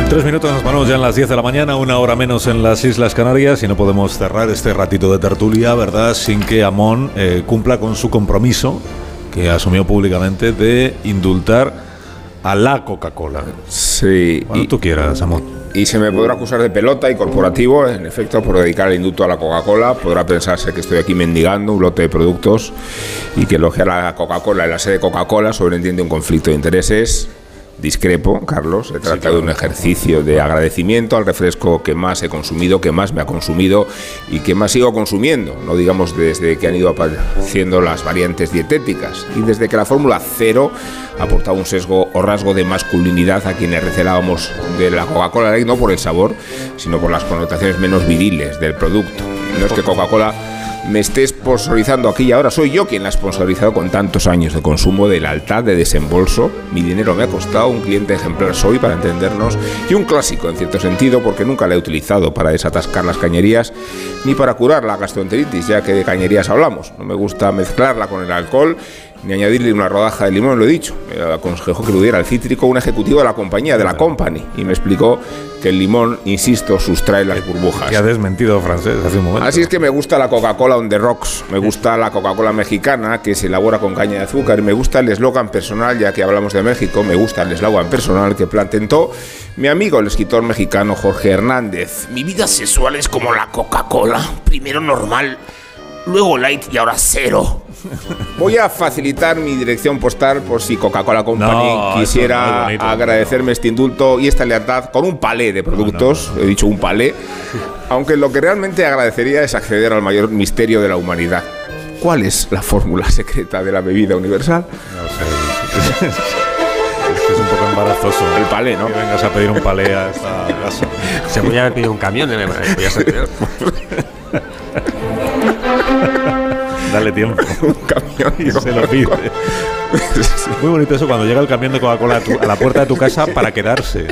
Speaker 1: Tres minutos nos ponemos ya en las diez de la mañana, una hora menos en las Islas Canarias, y no podemos cerrar este ratito de tertulia, ¿verdad?, sin que Amón eh, cumpla con su compromiso, que asumió públicamente, de indultar a la Coca-Cola.
Speaker 10: Sí.
Speaker 1: Cuando
Speaker 10: y,
Speaker 1: tú quieras, Amón.
Speaker 10: Y se me podrá acusar de pelota y corporativo, en efecto, por dedicar el indulto a la Coca-Cola. Podrá pensarse que estoy aquí mendigando un lote de productos y que elogiar a la Coca-Cola en la sede de Coca-Cola sobreentiende un conflicto de intereses. Discrepo, Carlos. Se trata sí, claro. de un ejercicio de agradecimiento al refresco que más he consumido, que más me ha consumido y que más sigo consumiendo. No digamos desde que han ido apareciendo las variantes dietéticas y desde que la fórmula cero ha aportado un sesgo o rasgo de masculinidad a quienes recelábamos de la Coca-Cola Light, no por el sabor, sino por las connotaciones menos viriles del producto. No es que Coca-Cola me esté sponsorizando aquí y ahora, soy yo quien la ha sponsorizado con tantos años de consumo, de lealtad, de desembolso. Mi dinero me ha costado, un cliente ejemplar soy, para entendernos, y un clásico en cierto sentido, porque nunca la he utilizado para desatascar las cañerías ni para curar la gastroenteritis, ya que de cañerías hablamos. No me gusta mezclarla con el alcohol ni añadirle una rodaja de limón, lo he dicho. Me aconsejó que lo diera al cítrico un ejecutivo de la compañía, de la company, y me explicó que el limón, insisto, sustrae las burbujas.
Speaker 1: Que ha desmentido francés hace un momento.
Speaker 10: Así es que me gusta la Coca-Cola on the rocks, me gusta la Coca-Cola mexicana, que se elabora con caña de azúcar, y me gusta el eslogan personal, ya que hablamos de México, me gusta el eslogan personal que patentó mi amigo, el escritor mexicano Jorge Hernández.
Speaker 12: Mi vida sexual es como la Coca-Cola, primero normal, luego light y ahora cero.
Speaker 10: Voy a facilitar mi dirección postal por si Coca-Cola Company no, quisiera no bonito, agradecerme no. este indulto y esta lealtad con un palé de productos, no, no, no. he dicho un palé, aunque lo que realmente agradecería es acceder al mayor misterio de la humanidad. ¿Cuál es la fórmula secreta de la bebida universal?
Speaker 1: No sé. Es que es un poco embarazoso.
Speaker 10: El palé, ¿no?
Speaker 1: Que vengas a pedir un palé a esta casa.
Speaker 8: Se podía haber pedido un camión, ¿eh? Podía ser peor.
Speaker 1: Dale tiempo.
Speaker 10: Un camión
Speaker 1: y se lo pide. Muy bonito eso cuando llega el camión de Coca-Cola a, tu, a la puerta de tu casa para quedarse.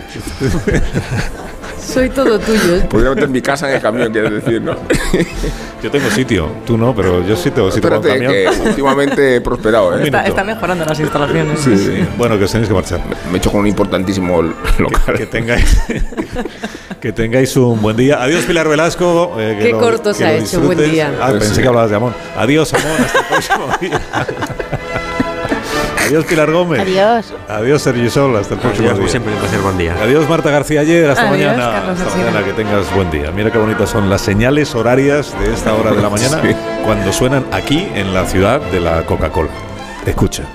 Speaker 7: Soy todo tuyo. ¿eh?
Speaker 10: Podría meter mi casa en el camión, quieres decir, ¿no?
Speaker 1: Yo tengo sitio, tú no, pero yo sí tengo sitio con camión.
Speaker 10: Que últimamente he prosperado, ¿eh?
Speaker 9: Está, está mejorando las instalaciones.
Speaker 1: Sí, sí. Bueno, que os tenéis que marchar.
Speaker 10: Me he hecho con un importantísimo local.
Speaker 1: Que, que tengáis que tengáis un buen día. Adiós, Pilar Velasco.
Speaker 7: Eh, que Qué lo, corto se ha hecho, buen día.
Speaker 1: Ah,
Speaker 7: pues
Speaker 1: pensé
Speaker 7: sí.
Speaker 1: que hablabas de Amón. Adiós, Amón, hasta el próximo día. Adiós, Pilar Gómez.
Speaker 6: Adiós.
Speaker 1: Adiós, Sergi Sol. Hasta el próximo
Speaker 8: Adiós,
Speaker 1: día.
Speaker 8: Siempre un placer, buen día.
Speaker 1: Adiós, Marta García Ayer. Hasta
Speaker 9: Adiós,
Speaker 1: mañana.
Speaker 9: Carlos
Speaker 1: Hasta
Speaker 9: Alsina.
Speaker 1: mañana. Que tengas buen día. Mira qué bonitas son las señales horarias de esta hora de la mañana sí. cuando suenan aquí en la ciudad de la Coca-Cola. Escucha.